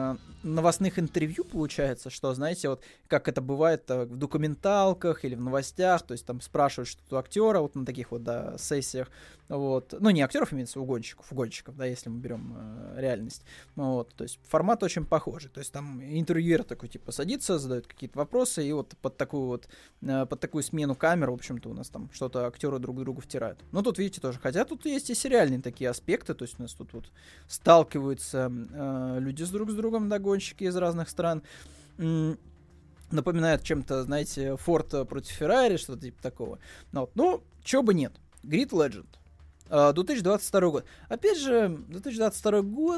[SPEAKER 1] новостных интервью, получается, что, знаете, вот как это бывает в документалках или в новостях, то есть там спрашивают что-то у актера, вот на таких вот, да, сессиях, вот, ну, не актеров, имеется, у гонщиков, у гонщиков, да, если мы берем э, реальность, вот, то есть формат очень похожий, то есть там интервьюер такой, типа, садится, задает какие-то вопросы, и вот под такую вот, э, под такую смену камер, в общем-то, у нас там что-то актеры друг другу втирают. Ну, тут, видите, тоже, хотя тут есть и сериальные такие аспекты, то есть у нас тут вот сталкиваются э, люди с друг с другом, да, гонщики из разных стран. М- напоминает чем-то, знаете, Форд против Феррари, что-то типа такого. Ну, ну чего бы нет. Grid Legend. Uh, две тысячи двадцать второй год. Опять же, две тысячи двадцать второй год...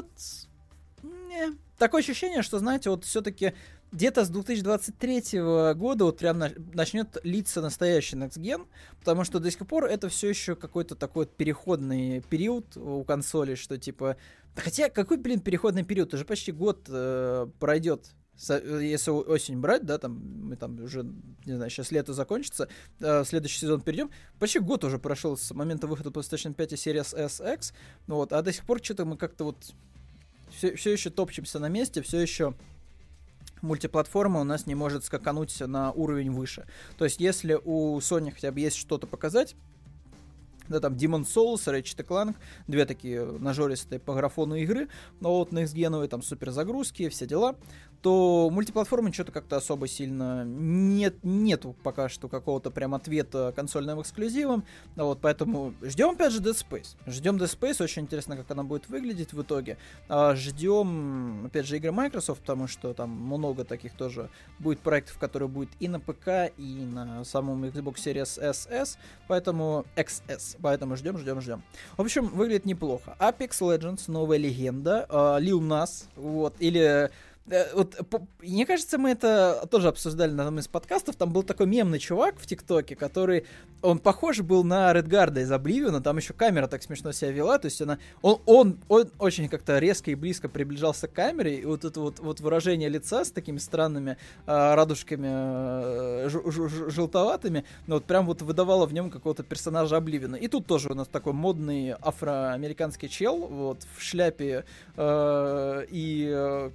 [SPEAKER 1] Не. Такое ощущение, что, знаете, вот все-таки где-то с две тысячи двадцать третьего года вот прям на- начнет литься настоящий Next Gen, потому что до сих пор это все еще какой-то такой вот переходный период у консолей, что типа... Хотя, какой, блин, переходный период? Уже почти год э, пройдет, со, если осень брать, да, там, мы там уже, не знаю, сейчас лето закончится, э, в следующий сезон перейдем. Почти год уже прошел с момента выхода PlayStation пять и Series эс икс, вот, а до сих пор что-то мы как-то вот все, все еще топчемся на месте, все еще мультиплатформа у нас не может скакануть на уровень выше. То есть, если у Sony хотя бы есть что-то показать, да, там Demon's Souls, Ratchet and Clank, две такие нажористые по графону игры, но вот next-геновые, там супер загрузки, все дела, то мультиплатформы что-то как-то особо сильно нет, нету пока что какого-то прям ответа консольным эксклюзивам, вот, поэтому ждем опять же Dead Space, ждем Dead Space, очень интересно, как она будет выглядеть в итоге, а, ждем, опять же, игры Microsoft, потому что там много таких тоже будет проектов, которые будут и на ПК, и на самом Xbox Series эс эс, поэтому икс эс, поэтому ждем, ждем, ждем. В общем, выглядит неплохо. Apex Legends, новая легенда, uh, Lil Nas, вот, или... Вот, по, мне кажется, мы это тоже обсуждали на одном из подкастов. Там был такой мемный чувак в ТикТоке, который, он похож был на Редгарда из Обливиона. Там еще камера так смешно себя вела. То есть она, он, он, он очень как-то резко и близко приближался к камере. И вот это вот, вот выражение лица с такими странными э, радужками э, ж, ж, ж, желтоватыми, ну, вот прям вот выдавало в нем какого-то персонажа Обливиона. И тут тоже у нас такой модный афроамериканский чел вот в шляпе э, и э,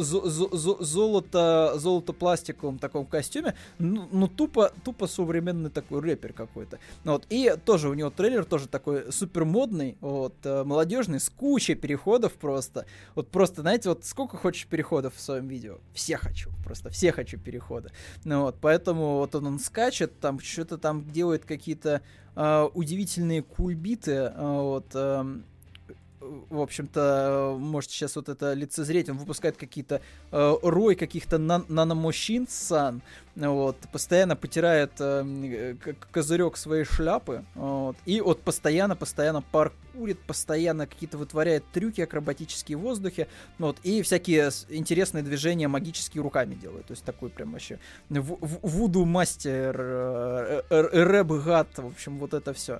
[SPEAKER 1] золото, золото-пластиковом таком костюме, ну, ну тупо, тупо современный такой рэпер какой-то. Вот. И тоже у него трейлер тоже такой супер модный, вот, молодежный, с кучей переходов просто. Вот просто, знаете, вот сколько хочешь переходов в своем видео? Все хочу, просто все хочу перехода. Ну, вот, поэтому вот он, он скачет, там что-то там делает какие-то э, удивительные кульбиты, э, вот, э, в общем-то, можете сейчас вот это лицезреть, он выпускает какие-то э, рой каких-то нан- наномощин сан, вот, постоянно потирает э, козырек своей шляпы, вот, и вот постоянно-постоянно паркурит, постоянно какие-то вытворяет трюки акробатические в воздухе, вот, и всякие интересные движения магические руками делает, то есть такой прям вообще вуду-мастер, э, э, рэп-гад, в общем, вот это все.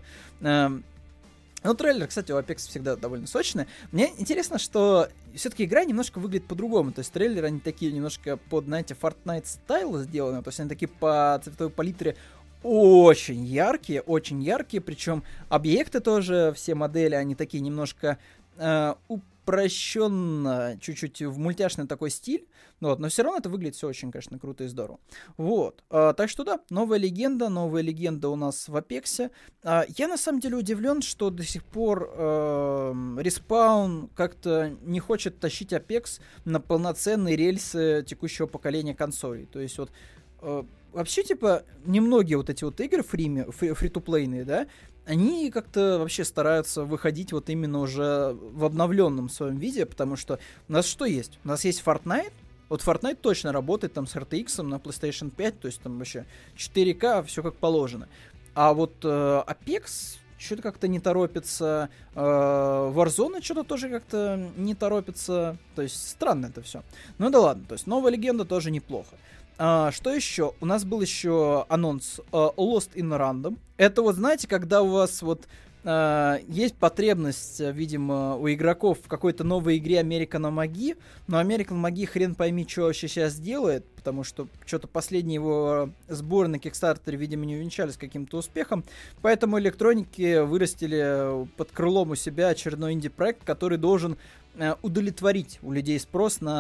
[SPEAKER 1] Ну, трейлер, кстати, у Apex всегда довольно сочный. Мне интересно, что все-таки игра немножко выглядит по-другому. То есть трейлеры, они такие немножко под, знаете, Fortnite стайл сделаны. То есть они такие по цветовой палитре очень яркие, очень яркие. Причем объекты тоже, все модели, они такие немножко э, упрощенно, чуть-чуть в мультяшный такой стиль. Вот, но все равно это выглядит все очень, конечно, круто и здорово. Вот. А, так что да, новая легенда, новая легенда у нас в Апексе. А, я на самом деле удивлен, что до сих пор э, Respawn как-то не хочет тащить Apex на полноценные рельсы текущего поколения консолей. То есть вот э, вообще, типа, немногие вот эти вот игры фри, фри-то-плейные, да, они как-то вообще стараются выходить вот именно уже в обновленном своем виде, потому что у нас что есть? У нас есть Fortnite. Вот Fortnite точно работает там с эр ти экс на PlayStation пять, то есть там вообще четыре ка, все как положено. А вот э, Apex что-то как-то не торопится, э, Warzone что-то тоже как-то не торопится, то есть странно это все. Ну да ладно, то есть новая легенда тоже неплохо. А, что еще? У нас был еще анонс uh, Lost in Random. Это вот, знаете, когда у вас вот uh, есть потребность, видимо, у игроков в какой-то новой игре American Magi, но American Magi хрен пойми, что вообще сейчас делает, потому что что-то последние его сборы на Kickstarter, видимо, не увенчались каким-то успехом, поэтому электроники вырастили под крылом у себя очередной инди-проект, который должен удовлетворить у людей спрос на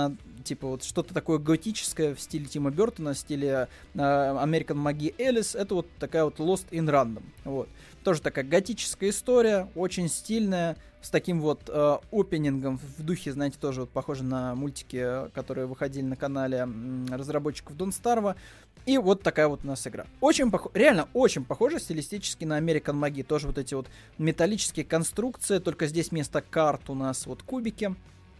[SPEAKER 1] типа вот что-то такое готическое в стиле Тима Бёртона, в стиле э, American Маги Элис, это вот такая вот Lost in Random, вот. Тоже такая готическая история, очень стильная, с таким вот э, опенингом в духе, знаете, тоже вот похоже на мультики, которые выходили на канале м, разработчиков Don't Starve. И вот такая вот у нас игра. Очень пох... Реально очень похоже стилистически на American Маги. Тоже вот эти вот металлические конструкции, только здесь вместо карт у нас вот кубики.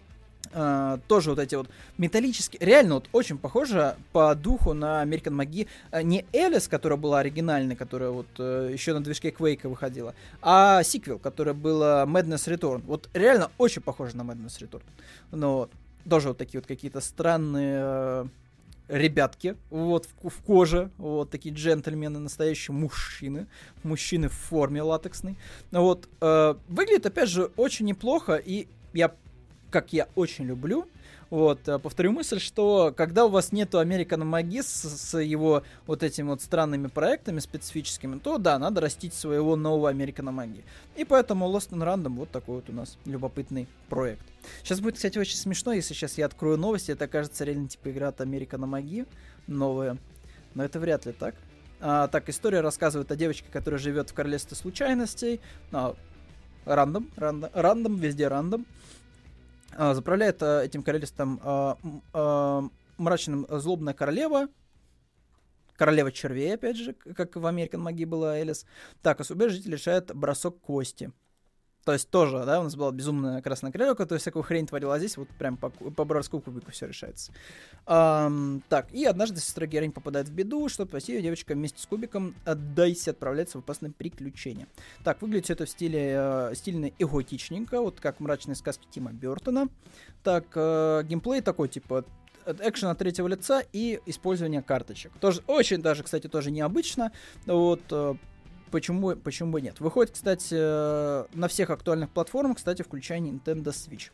[SPEAKER 1] Uh, тоже вот эти вот металлические, реально вот очень похоже по духу на American Маги. Uh, не Элис, которая была оригинальной, которая вот uh, еще на движке Quake выходила, а сиквел, который был Madness Return. Вот реально очень похоже на Madness Return. Но тоже вот такие вот какие-то странные uh, ребятки вот в, в коже, вот такие джентльмены, настоящие мужчины, мужчины в форме латексной. Вот uh, выглядит опять же очень неплохо, и я как я очень люблю, вот, повторю мысль, что когда у вас нету American Маги с, с его вот этими вот странными проектами специфическими, то да, надо растить своего нового American Маги. И поэтому Lost in Random вот такой вот у нас любопытный проект. Сейчас будет, кстати, очень смешно, если сейчас я открою новости, это окажется реально типа игра от American Маги новая, но это вряд ли так. А, так, история рассказывает о девочке, которая живет в королевстве случайностей, а, рандом, рандом, рандом, везде рандом. Заправляет а, этим королевством а, а, мрачным злобная королева. Королева червей, опять же, как в American Маги была Элис. Так, особенно житель решает бросок кости. То есть тоже, да, у нас была безумная красная королева, которая всякую хрень творила, а здесь вот прям по, по броску кубику все решается. Um, так, и однажды сестра героинь попадает в беду, чтобы спасти ее, девочка вместе с кубиком отдайся отправляется в опасное приключение. Так, выглядит все это в стиле э, стильно и готичненько, вот как мрачные сказки Тима Бёртона. Так, э, геймплей такой, типа, экшен от третьего лица и использование карточек. Тоже очень даже, кстати, тоже необычно. Вот, э, Почему, почему бы нет? Выходит, кстати, на всех актуальных платформах, кстати, включая Nintendo Switch.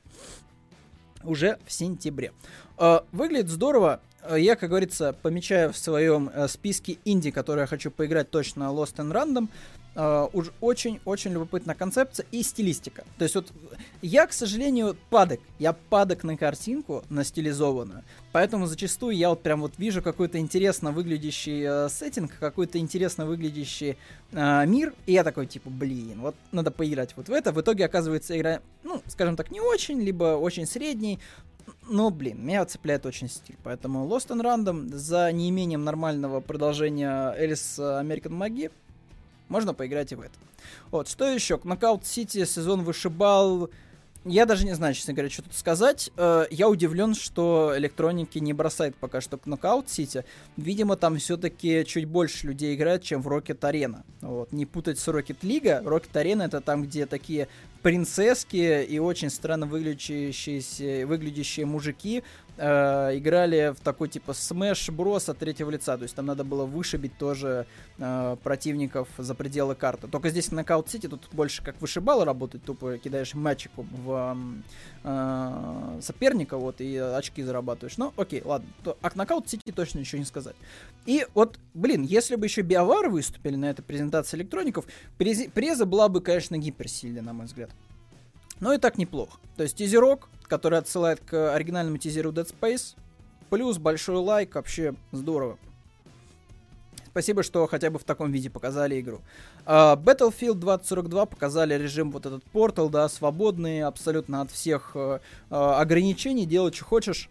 [SPEAKER 1] Уже в сентябре. Выглядит здорово. Я, как говорится, помечаю в своем списке инди, которые я хочу поиграть точно Lost in Random. Уж очень-очень любопытная концепция и стилистика. То есть вот я, к сожалению, падок. Я падок на картинку, на стилизованную. Поэтому зачастую я вот прям вот вижу какой-то интересно выглядящий э, сеттинг, какой-то интересно выглядящий э, мир. И я такой, типа, блин, вот надо поиграть вот в это. В итоге оказывается игра, ну, скажем так, не очень, либо очень средней. Но, блин, меня цепляет очень стиль. Поэтому Lost in Random за неимением нормального продолжения Alice American Маги можно поиграть и в это. Вот, что еще? Knockout City сезон вышибал. Я даже не знаю, честно говоря, что тут сказать. Я удивлен, что электроники не бросает пока что Knockout City. Видимо, там все-таки чуть больше людей играют, чем в Rocket Arena. Вот. Не путать с Rocket League. Rocket Arena — это там, где такие принцесски и очень странно выглядящие, выглядящие мужики э, играли в такой типа Smash Bros. От третьего лица. То есть там надо было вышибить тоже э, противников за пределы карты. Только здесь Knockout City тут больше как вышибало работать. Тупо кидаешь мячиком в э, соперника вот, и очки зарабатываешь. Ну, окей, ладно. То, а Knockout City точно ничего не сказать. И вот, блин, если бы еще BioWare выступили на этой презентации электроников, през, преза была бы, конечно, гиперсильная, на мой взгляд. Но и так неплохо. То есть тизерок, который отсылает к оригинальному тизеру Dead Space, плюс большой лайк, вообще здорово. Спасибо, что хотя бы в таком виде показали игру. Uh, Battlefield двадцать сорок два показали режим вот этот Portal, да, свободный абсолютно от всех uh, uh, ограничений, делай, что хочешь.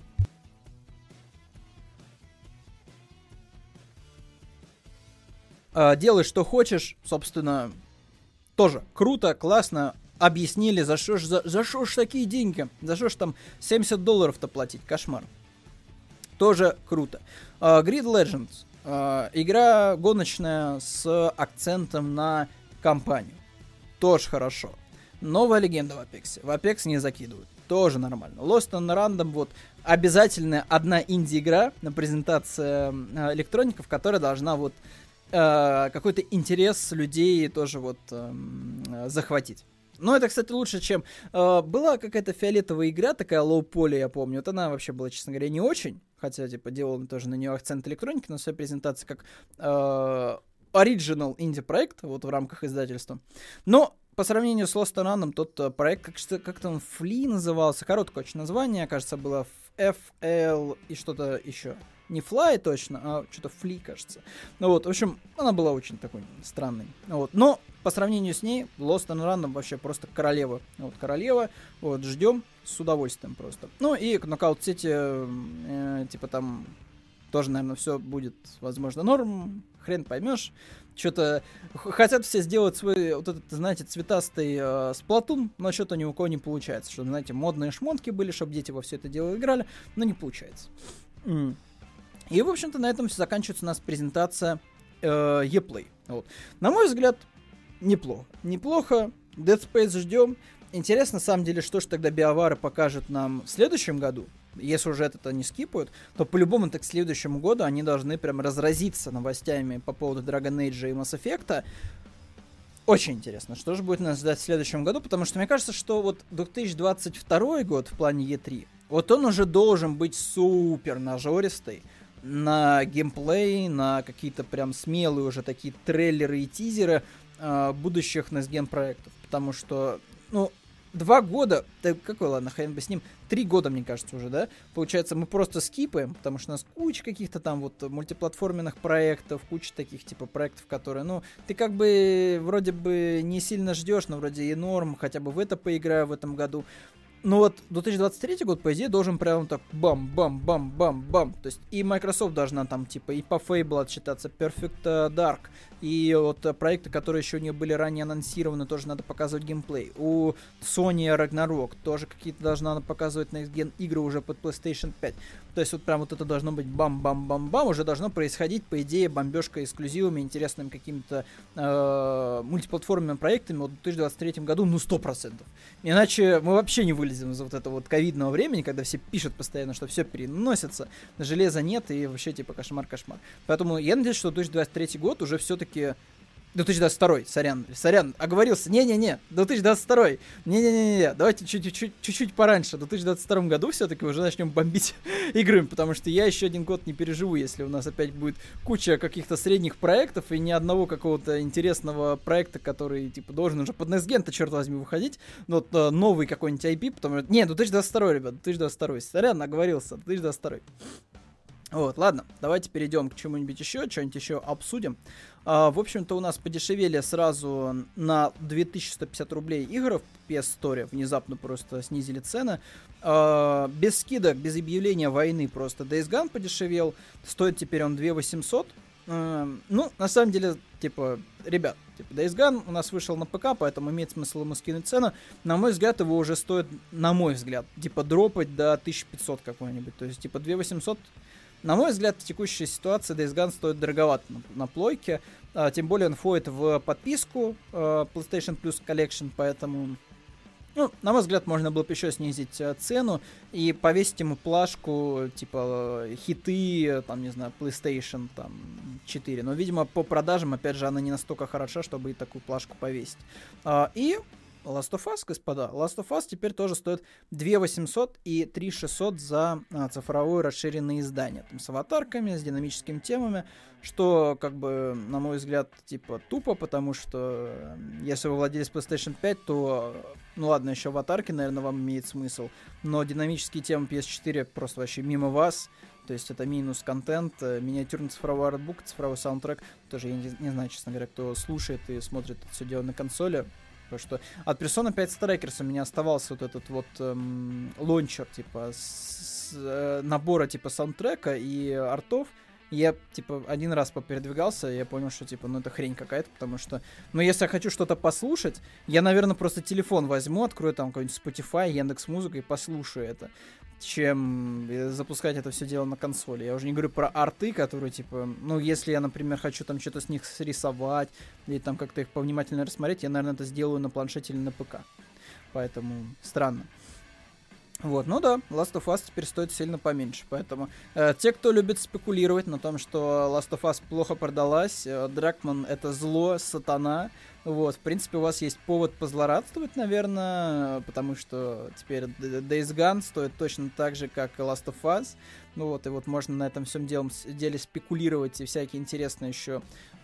[SPEAKER 1] Uh, делай, что хочешь, собственно, тоже круто, классно. Объяснили, за что ж, за, за шо ж такие деньги, за что ж там семьдесят долларов-то платить, кошмар. Тоже круто. Uh, Grid Legends. Uh, игра гоночная с акцентом на компанию. Тоже хорошо. Новая легенда в Apex. В Apex не закидывают. Тоже нормально. Lost in Random, вот, обязательно одна инди-игра на презентации uh, электроников, которая должна вот uh, какой-то интерес людей тоже вот uh, захватить. Ну, это, кстати, лучше, чем... Э, была какая-то фиолетовая игра, такая лоу-поли, я помню. Вот она вообще была, честно говоря, не очень. Хотя, типа, делал тоже на нее акцент электроники на своей презентации, как э, оригинал инди-проект, вот в рамках издательства. Но по сравнению с Lost in Random, тот проект, как, как-то он Фли назывался, короткое очень название, кажется, было эф эл и что-то еще. Не Fly точно, а что-то Fly, кажется. Ну вот, в общем, она была очень такой странной. Вот. Но по сравнению с ней, Lost and Random вообще просто королева. Вот, королева. Вот, ждем с удовольствием просто. Ну и Knockout City, э, типа там тоже, наверное, все будет, возможно, норм. Хрен поймешь. Что-то хотят все сделать свой, вот этот, знаете, цветастый э, Splatoon, но что-то ни у кого не получается. Чтобы, знаете, модные шмотки были, чтобы дети во все это дело играли, но не получается. Mm. И, в общем-то, на этом все заканчивается у нас презентация э, E-Play. Вот. На мой взгляд, неплохо. Неплохо. Dead Space ждем. Интересно, на самом деле, что же тогда BioWare покажет нам в следующем году. Если уже это не скипают, то по-любому так к следующему году они должны прям разразиться новостями по поводу Dragon Age и Mass Effect. Очень интересно, что же будет нас ждать в следующем году, потому что мне кажется, что вот две тысячи двадцать второй год в плане и три, вот он уже должен быть супер нажористый на геймплей, на какие-то прям смелые уже такие трейлеры и тизеры э, будущих Next Gen проектов, потому что, ну, два года, да какой, ладно, хрен бы с ним, три года, мне кажется, уже, да, получается, мы просто скипаем, потому что у нас куча каких-то там вот мультиплатформенных проектов, куча таких, типа, проектов, которые, ну, ты как бы вроде бы не сильно ждешь, но вроде и норм, хотя бы в это поиграю в этом году. Ну вот, две тысячи двадцать третий год, по идее, должен прям так бам-бам-бам-бам-бам. То есть и Microsoft должна там, типа, и по Fable отчитаться, Perfect Dark, и вот проекты, которые еще не были ранее анонсированы, тоже надо показывать геймплей. У Sony Ragnarok тоже какие-то должна показывать Next Gen игры уже под PlayStation пять. То есть вот прям вот это должно быть бам-бам-бам-бам, уже должно происходить, по идее, бомбежка эксклюзивами, интересными какими-то э, мультиплатформенными проектами вот в две тысячи двадцать третьем году, ну, сто процентов. Иначе мы вообще не вылезем из вот этого вот ковидного времени, когда все пишут постоянно, что все переносится, железа нет, и вообще, типа, кошмар-кошмар. Поэтому я надеюсь, что две тысячи двадцать третий год уже все-таки... две тысячи двадцать второй, сорян, сорян, оговорился, не-не-не, две тысячи двадцать второй, не-не-не-не, давайте чуть-чуть, чуть-чуть пораньше, в две тысячи двадцать втором году все-таки уже начнем бомбить игры, потому что я еще один год не переживу, если у нас опять будет куча каких-то средних проектов и ни одного какого-то интересного проекта, который, типа, должен уже под Next Gen-то, черт возьми, выходить, но вот, а, новый какой-нибудь ай пи, потому что, не, две тысячи двадцать второй, ребят, две тысячи двадцать второй, сорян, оговорился, две тысячи двадцать второй. Вот, ладно, давайте перейдем к чему-нибудь еще, что-нибудь еще обсудим. А, в общем-то, у нас подешевели сразу на две тысячи сто пятьдесят рублей игры в пи эс Store, внезапно просто снизили цены. А, без скидок, без объявления войны просто Days Gone подешевел, стоит теперь он две тысячи восемьсот. А, ну, на самом деле, типа, ребят, типа, Days Gone у нас вышел на ПК, поэтому имеет смысл ему скинуть цену. На мой взгляд, его уже стоит, на мой взгляд, типа, дропать до тысяча пятьсот какой-нибудь. То есть, типа, две тысячи восемьсот. На мой взгляд, в текущей ситуации Days Gone стоит дороговато на, на плойке, а, тем более он входит в подписку а, PlayStation Plus Collection, поэтому, ну, на мой взгляд, можно было бы еще снизить а, цену и повесить ему плашку, типа, хиты, там, не знаю, PlayStation там, четыре, но, видимо, по продажам, опять же, она не настолько хороша, чтобы и такую плашку повесить. А, и Last of Us, господа, Last of Us теперь тоже стоит две тысячи восемьсот и три тысячи шестьсот за а, цифровое расширенное издание. Там с аватарками, с динамическими темами, что, как бы, на мой взгляд, типа, тупо, потому что если вы владелец PlayStation пять, то, ну ладно, еще аватарки, наверное, вам имеет смысл, но динамические темы пи эс четыре просто вообще мимо вас. То есть это минус контент, миниатюрный цифровой артбук, цифровой саундтрек. Тоже я не, не знаю, честно говоря, кто слушает и смотрит это все дело на консоли. Потому что от Persona пять Strikers у меня оставался вот этот вот эм, лончер, типа, с, с, э, набора, типа, саундтрека и артов. Я, типа, один раз попередвигался, и я понял, что, типа, ну, это хрень какая-то, потому что, ну, если я хочу что-то послушать, я, наверное, просто телефон возьму, открою там какой-нибудь Spotify, Яндекс.Музыка и послушаю это, чем запускать это все дело на консоли. Я уже не говорю про арты, которые, типа, ну, если я, например, хочу там что-то с них срисовать, или там как-то их повнимательно рассмотреть, я, наверное, это сделаю на планшете или на ПК. Поэтому странно. Вот, ну да, Last of Us теперь стоит сильно поменьше, поэтому э, те, кто любит спекулировать на том, что Last of Us плохо продалась, э, Дракман — это зло, сатана, вот, в принципе, у вас есть повод позлорадствовать, наверное, потому что теперь Days Gone стоит точно так же, как и Last of Us, ну вот, и вот можно на этом всем делом, деле спекулировать и всякие интересные еще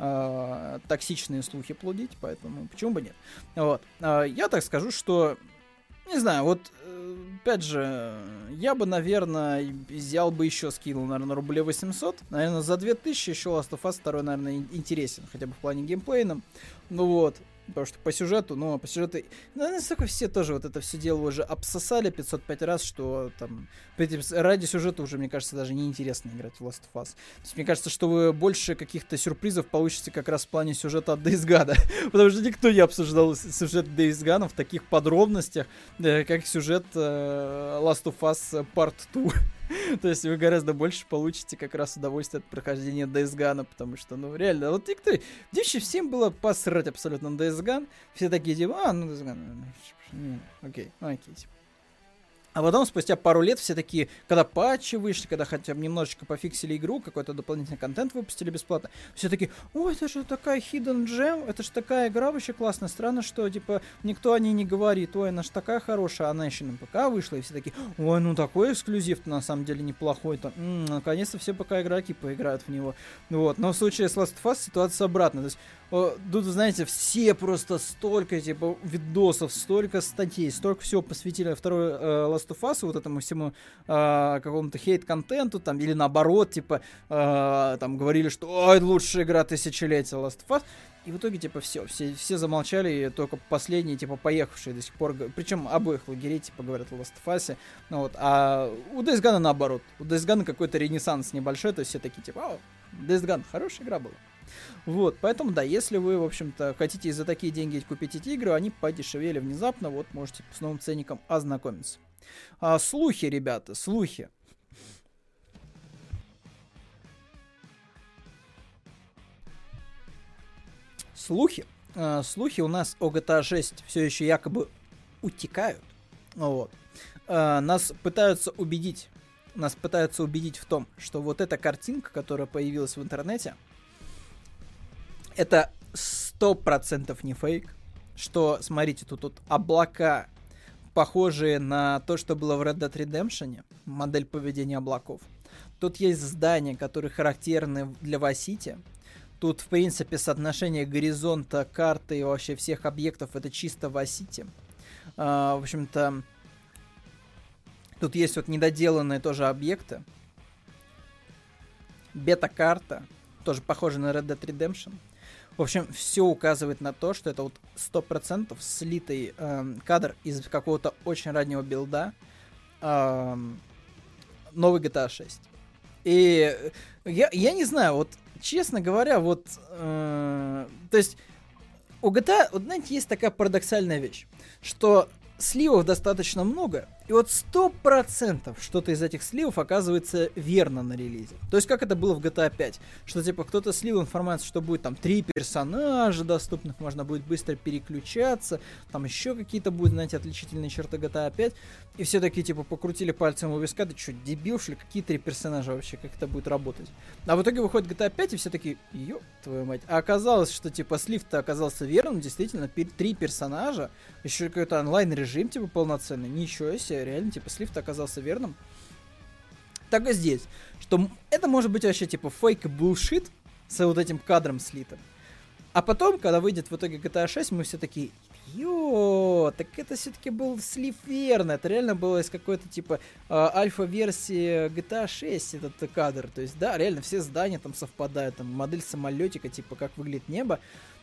[SPEAKER 1] э, токсичные слухи плодить, поэтому почему бы нет. Вот, э, я так скажу, что Не знаю, вот, опять же, я бы, наверное, взял бы еще, скинул, наверное, рублей восемьсот. Наверное, за две тысячи еще Last of Us два, наверное, интересен, хотя бы в плане геймплейном. Ну вот, потому что по сюжету, ну, по сюжету... Ну, настолько все тоже вот это все дело уже обсосали пятьсот пять раз, что там... Ради сюжета уже, мне кажется, даже неинтересно играть в Last of Us. То есть, мне кажется, что вы больше каких-то сюрпризов получите как раз в плане сюжета от Days Gone. Потому что никто не обсуждал сюжет Days Gone в таких подробностях, как сюжет Last of Us Part два. То есть вы гораздо больше получите как раз удовольствие от прохождения Days Gone, потому что, ну, реально, вот никто... Девчи всем было посрать абсолютно на Days Gone. Все такие, типа, а, ну, Days Gone, окей, окей, типа. А потом, спустя пару лет, все такие, когда патчи вышли, когда хотя бы немножечко пофиксили игру, какой-то дополнительный контент выпустили бесплатно, все такие, ой, это же такая hidden gem, это же такая игра вообще классная, странно, что, типа, никто о ней не говорит, ой, она же такая хорошая, она еще на ПК вышла, и все такие, ой, ну такой эксклюзив на самом деле неплохой-то, м-м, наконец-то все ПК-игроки поиграют в него, вот, но в случае с Last of Us ситуация обратная, то есть, тут, знаете, все просто столько, типа, видосов, столько статей, столько всего посвятили второй э, Last of Us, вот этому всему э, какому-то хейт-контенту, там, или наоборот, типа, э, там, говорили, что ой, лучшая игра тысячелетия Last of Us, и в итоге, типа, все, все, все замолчали, и только последние, типа, поехавшие до сих пор, причем обоих лагерей, типа, говорят о Last of Us, ну вот, а у Days Gone наоборот, у Days Gone какой-то ренессанс небольшой, то есть все такие, типа, о, Days Gone, хорошая игра была. Вот, поэтому, да, если вы, в общем-то, хотите за такие деньги купить эти игры, они подешевели внезапно, вот, можете с новым ценником ознакомиться. А, слухи, ребята, слухи. Слухи. А, слухи у нас о джи ти эй шесть все еще якобы утекают. Вот. А, нас пытаются убедить, нас пытаются убедить в том, что вот эта картинка, которая появилась в интернете, это сто процентов не фейк, что, смотрите, тут, тут облака, похожие на то, что было в Red Dead Redemption, модель поведения облаков. Тут есть здания, которые характерны для Vice City. Тут, в принципе, соотношение горизонта, карты и вообще всех объектов, это чисто Vice City. А, в общем-то, тут есть вот недоделанные тоже объекты. Бета-карта, тоже похожа на Red Dead Redemption. В общем, все указывает на то, что это вот сто процентов слитый э, кадр из какого-то очень раннего билда э, новый джи ти эй шесть. И я, я не знаю, вот честно говоря, вот э, то есть у джи ти эй, вот знаете, есть такая парадоксальная вещь, что сливов достаточно много, и вот сто процентов что-то из этих сливов оказывается верно на релизе. То есть, как это было в джи ти эй пять, что, типа, кто-то слил информацию, что будет там три персонажа доступных, можно будет быстро переключаться, там еще какие-то будут, знаете, отличительные черты джи ти эй пять, и все такие, типа, покрутили пальцем у виска, да что, дебил, что ли, какие три персонажа вообще, как это будет работать? А в итоге выходит джи ти эй пять, и все такие, ёб твою мать. А оказалось, что, типа, слив-то оказался верным, действительно, три персонажа, еще какой-то онлайн-режим, типа, полноценный, ничего себе. Реально, типа, слив-то оказался верным. Так и здесь. Что это может быть вообще, типа, фейк и булшит с вот этим кадром слитым. А потом, когда выйдет в итоге джи ти эй шесть, мы все такие, ё, так это все-таки был слив верно. Это реально было из какой-то, типа, альфа-версии джи ти эй шесть этот кадр. То есть, да, реально все здания там совпадают. Там модель самолетика, типа, как выглядит небо.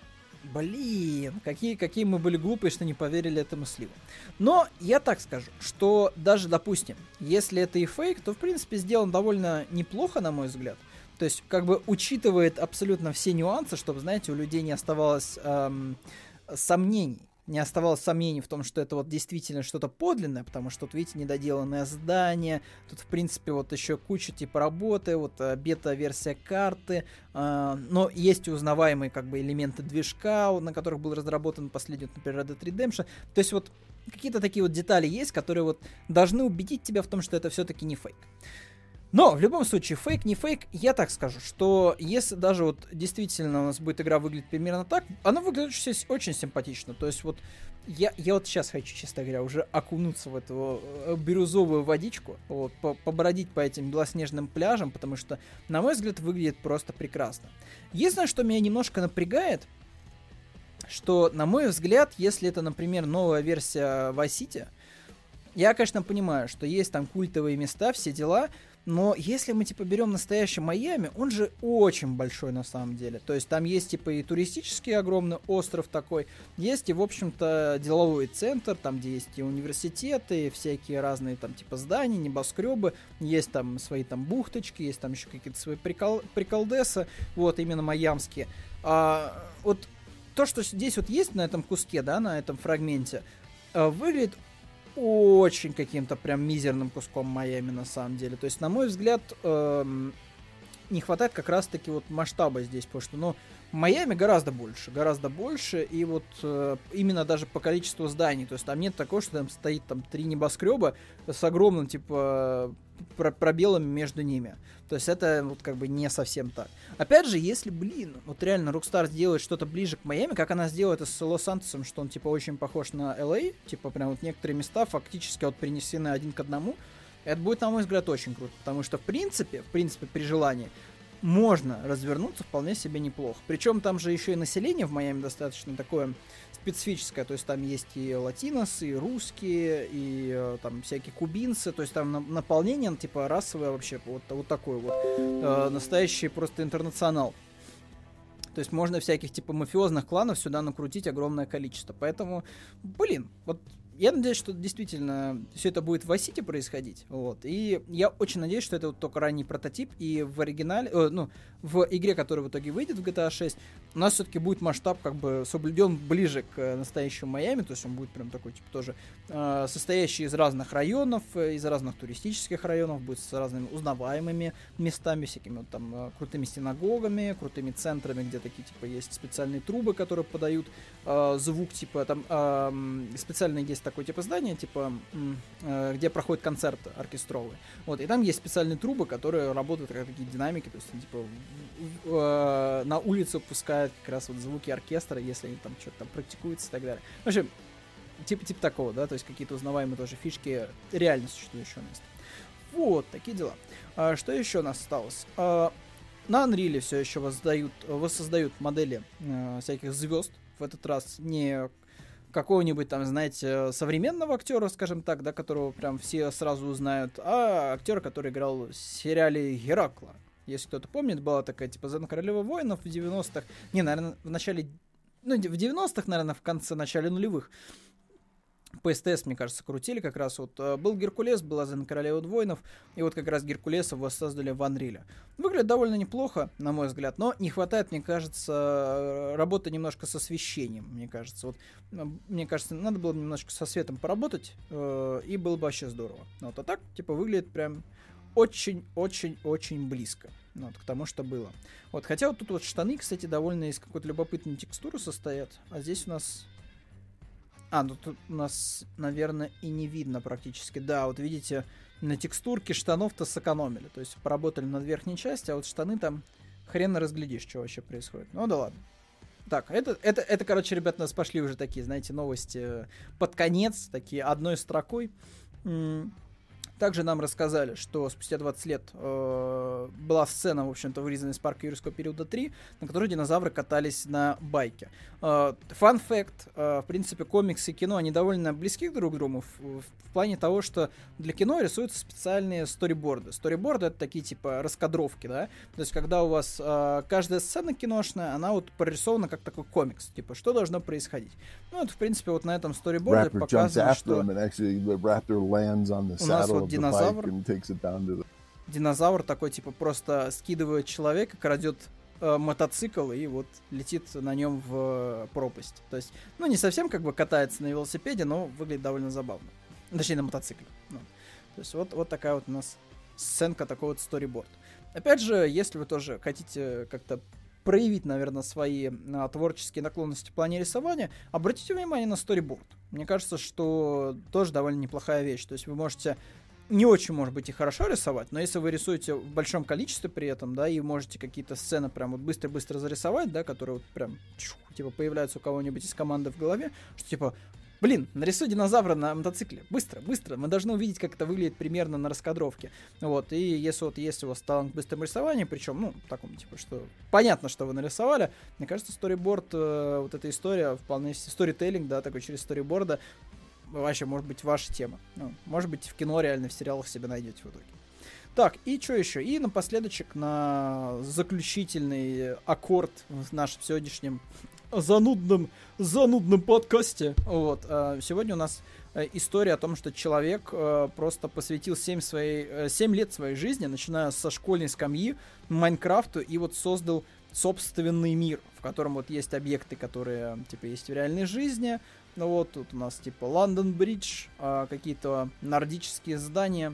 [SPEAKER 1] Блин, какие, какие мы были глупые, что не поверили этому сливу. Но я так скажу, что даже, допустим, если это и фейк, то, в принципе, сделан довольно неплохо, на мой взгляд. То есть, как бы учитывает абсолютно все нюансы, чтобы, знаете, у людей не оставалось эм, сомнений. Не оставалось сомнений в том, что это вот действительно что-то подлинное, потому что тут, видите, недоделанное здание, тут, в принципе, вот еще куча типа работы, вот бета-версия карты, э, но есть узнаваемые как бы элементы движка, на которых был разработан последний, вот, например, Red Dead Redemption. То есть вот какие-то такие вот детали есть, которые вот должны убедить тебя в том, что это все-таки не фейк. Но, в любом случае, фейк, не фейк, я так скажу, что если даже вот действительно у нас будет игра выглядеть примерно так, она выглядит очень симпатично. То есть вот я, я вот сейчас хочу, честно говоря, уже окунуться в эту бирюзовую водичку, вот, побродить по этим белоснежным пляжам, потому что, на мой взгляд, выглядит просто прекрасно. Единственное, что меня немножко напрягает, что, на мой взгляд, если это, например, новая версия Vice City, Я, конечно, понимаю, что есть там культовые места, все дела, но если мы, типа, берем настоящий Майами, он же очень большой на самом деле. То есть там есть, типа, и туристический огромный остров такой, есть и, в общем-то, деловой центр, там, где есть и университеты, и всякие разные, там, типа, здания, небоскребы, есть там свои, там, бухточки, есть там еще какие-то свои прикол... приколдесы, вот, именно майамские. А, вот то, что здесь вот есть на этом куске, да, на этом фрагменте, выглядит очень каким-то прям мизерным куском Майами на самом деле. То есть, на мой взгляд, эм, не хватает как раз-таки вот масштаба здесь, потому что, ну, Майами гораздо больше, гораздо больше, и вот э, именно даже по количеству зданий, то есть там нет такого, что там стоит там три небоскреба с огромным, типа, пробелами между ними. То есть это вот как бы не совсем так. Опять же, если, блин, вот реально Rockstar сделает что-то ближе к Майами, как она сделает с Лос-Сантосом, что он типа очень похож на эл эй, типа прям вот некоторые места фактически вот принесены один к одному, это будет, на мой взгляд, очень круто, потому что в принципе, в принципе, при желании можно развернуться вполне себе неплохо. Причем там же еще и население в Майами достаточно такое специфическое, то есть там есть и латиносы, и русские, и там всякие кубинцы, то есть там наполнение типа расовое вообще вот, вот такой вот, э, настоящий просто интернационал. То есть можно всяких типа мафиозных кланов сюда накрутить огромное количество. Поэтому, блин, вот я надеюсь, что действительно все это будет в Vice City происходить. Вот. И я очень надеюсь, что это вот только ранний прототип. И в оригинале, э, ну, в игре, которая в итоге выйдет в джи ти эй шесть, у нас все-таки будет масштаб как бы соблюден ближе к настоящему Майами. То есть он будет прям такой, типа, тоже э, состоящий из разных районов, из разных туристических районов, будет с разными узнаваемыми местами, всякими вот там э, крутыми синагогами, крутыми центрами, где такие, типа, есть специальные трубы, которые подают э, звук, типа, там э, специальные есть такое типа здание, типа, э, где проходят концерты оркестровые. Вот, и там есть специальные трубы, которые работают как такие динамики, то есть, типа, в, в, э, на улицу пускают как раз вот звуки оркестра, если они там что-то там практикуются и так далее. В общем, типа, типа такого, да, то есть какие-то узнаваемые тоже фишки реально существующего места. Вот, такие дела. А, что еще у нас осталось? А, на Unreal все еще воздают, воссоздают модели э, всяких звезд. В этот раз не какого-нибудь там, знаете, современного актера, скажем так, да, которого прям все сразу узнают, а актера, который играл в сериале «Геракла». Если кто-то помнит, была такая, типа, «Зена королева воинов» в девяностых. Не, наверное, в начале... Ну, в девяностых, наверное, в конце, начале нулевых. По СТС, мне кажется, крутили как раз. Вот был Геркулес, была «Зена королева воинов», и вот как раз Геркулеса воссоздали в Unreal. Выглядит довольно неплохо, на мой взгляд, но не хватает, мне кажется, работы немножко с освещением, мне кажется. Вот, мне кажется, надо было немножко со светом поработать, э, и было бы вообще здорово. Вот, а так, типа, выглядит прям очень-очень-очень близко. Вот, к тому, что было. Вот, хотя вот тут вот штаны, кстати, довольно из какой-то любопытной текстуры состоят, а здесь у нас... А, ну тут у нас, наверное, и не видно практически. Да, вот видите, на текстурке штанов-то сэкономили. То есть поработали над верхней частью, а вот штаны там хрен разглядишь, что вообще происходит. Ну да ладно. Так, это, это, это, короче, ребят, у нас пошли уже такие, знаете, новости под конец, такие одной строкой. Также нам рассказали, что спустя двадцать лет э, была сцена, в общем-то, вырезанная из парка юрского периода три, на которой динозавры катались на байке. Фан э, факт, э, в принципе, комиксы и кино, они довольно близки друг к другу в, в, в плане того, что для кино рисуются специальные сториборды. Сториборды — это такие, типа, раскадровки, да? То есть, когда у вас э, каждая сцена киношная, она вот прорисована как такой комикс, типа, что должно происходить. Ну, это, в принципе, вот на этом сториборде показано, что у нас вот динозавр, динозавр такой, типа, просто скидывает человека, крадет э, мотоцикл и вот летит на нем в э, пропасть. То есть, ну, не совсем как бы катается на велосипеде, но выглядит довольно забавно. Точнее, на мотоцикле. Ну, то есть, вот, вот такая вот у нас сценка, такой вот сториборд. Опять же, если вы тоже хотите как-то проявить, наверное, свои а, творческие наклонности в плане рисования, обратите внимание на сториборд. Мне кажется, что тоже довольно неплохая вещь. То есть вы можете не очень, может быть, и хорошо рисовать, но если вы рисуете в большом количестве при этом, да, и можете какие-то сцены прям вот быстро-быстро зарисовать, да, которые вот прям, чух, типа, появляются у кого-нибудь из команды в голове, что, типа, блин, нарисуй динозавра на мотоцикле, быстро, быстро, мы должны увидеть, как это выглядит примерно на раскадровке, вот, и если вот есть у вас талант к быстрому рисованию, причем, ну, таком, типа, что понятно, что вы нарисовали, мне кажется, сториборд, э, вот эта история, вполне, сторителлинг, да, такой через сториборда, вообще, может быть, ваша тема. Ну, может быть, в кино реально, в сериалах себя найдете в итоге. Так, и что еще? И напоследочек, на заключительный аккорд в нашем сегодняшнем занудном, занудном подкасте. Вот, сегодня у нас история о том, что человек просто посвятил семь, своей, семь лет своей жизни, начиная со школьной скамьи, Майнкрафту, и вот создал собственный мир, в котором вот есть объекты, которые, типа, есть в реальной жизни. Ну вот, тут у нас, типа, Лондон Бридж, какие-то нордические здания,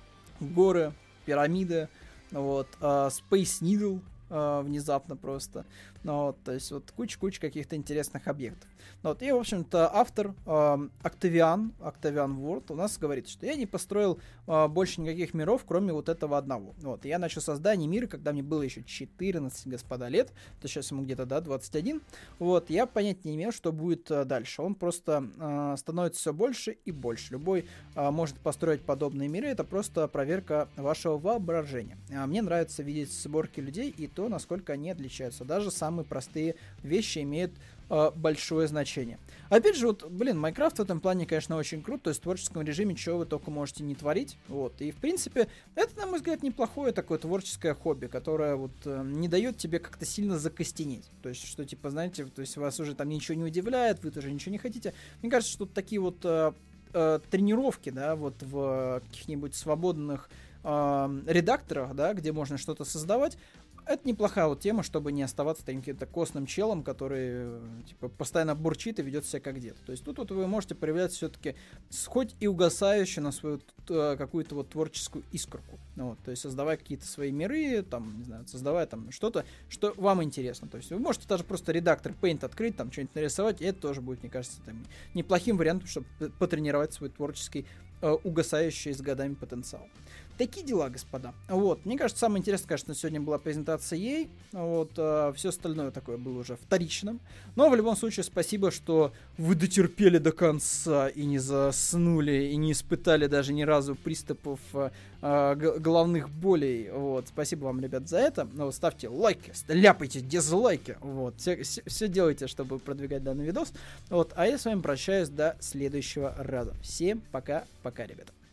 [SPEAKER 1] горы, пирамиды, вот, Space Needle, внезапно просто. Ну, вот, то есть вот куча-куча каких-то интересных объектов. Ну, вот, и, в общем-то, автор э, Octavian, Octavian World у нас говорит, что я не построил э, больше никаких миров, кроме вот этого одного. Вот, я начал создание мира, когда мне было еще четырнадцать, господа, лет, то сейчас ему где-то, да, двадцать один. Вот, я понятия не имел, что будет э, дальше. Он просто э, становится все больше и больше. Любой э, может построить подобные миры, это просто проверка вашего воображения. А мне нравится видеть сборки людей и то, насколько они отличаются. Даже самые простые вещи имеют э, большое значение. Опять же, вот, блин, Майнкрафт в этом плане, конечно, очень крут. То есть в творческом режиме чего вы только можете не творить. Вот. И, в принципе, это, на мой взгляд, неплохое такое творческое хобби, которое вот э, не дает тебе как-то сильно закостенеть. То есть, что, типа, знаете, то есть вас уже там ничего не удивляет, вы тоже ничего не хотите. Мне кажется, что такие вот э, э, тренировки, да, вот в каких-нибудь свободных э, редакторах, да, где можно что-то создавать, это неплохая вот тема, чтобы не оставаться таким каким-то костным челом, который типа постоянно бурчит и ведет себя как дед. То есть тут вот вы можете проявлять все-таки хоть и угасающую на свою какую-то вот творческую искорку. Вот, то есть создавая какие-то свои миры, там, не знаю, создавая там что-то, что вам интересно. То есть вы можете даже просто редактор Paint открыть, там что-нибудь нарисовать, и это тоже будет, мне кажется, там, неплохим вариантом, чтобы потренировать свой творческий э, угасающий с годами потенциал. Такие дела, господа. Вот, мне кажется, самое интересное, конечно, сегодня была презентация ей. Вот, э, все остальное такое было уже вторичным. Но в любом случае, спасибо, что вы дотерпели до конца и не заснули, и не испытали даже ни разу приступов э, г- головных болей. Вот, спасибо вам, ребят, за это. Ну, вот, ставьте лайки, ляпайте дизлайки. Вот, все, все, все делайте, чтобы продвигать данный видос. Вот, а я с вами прощаюсь до следующего раза. Всем пока-пока, ребята.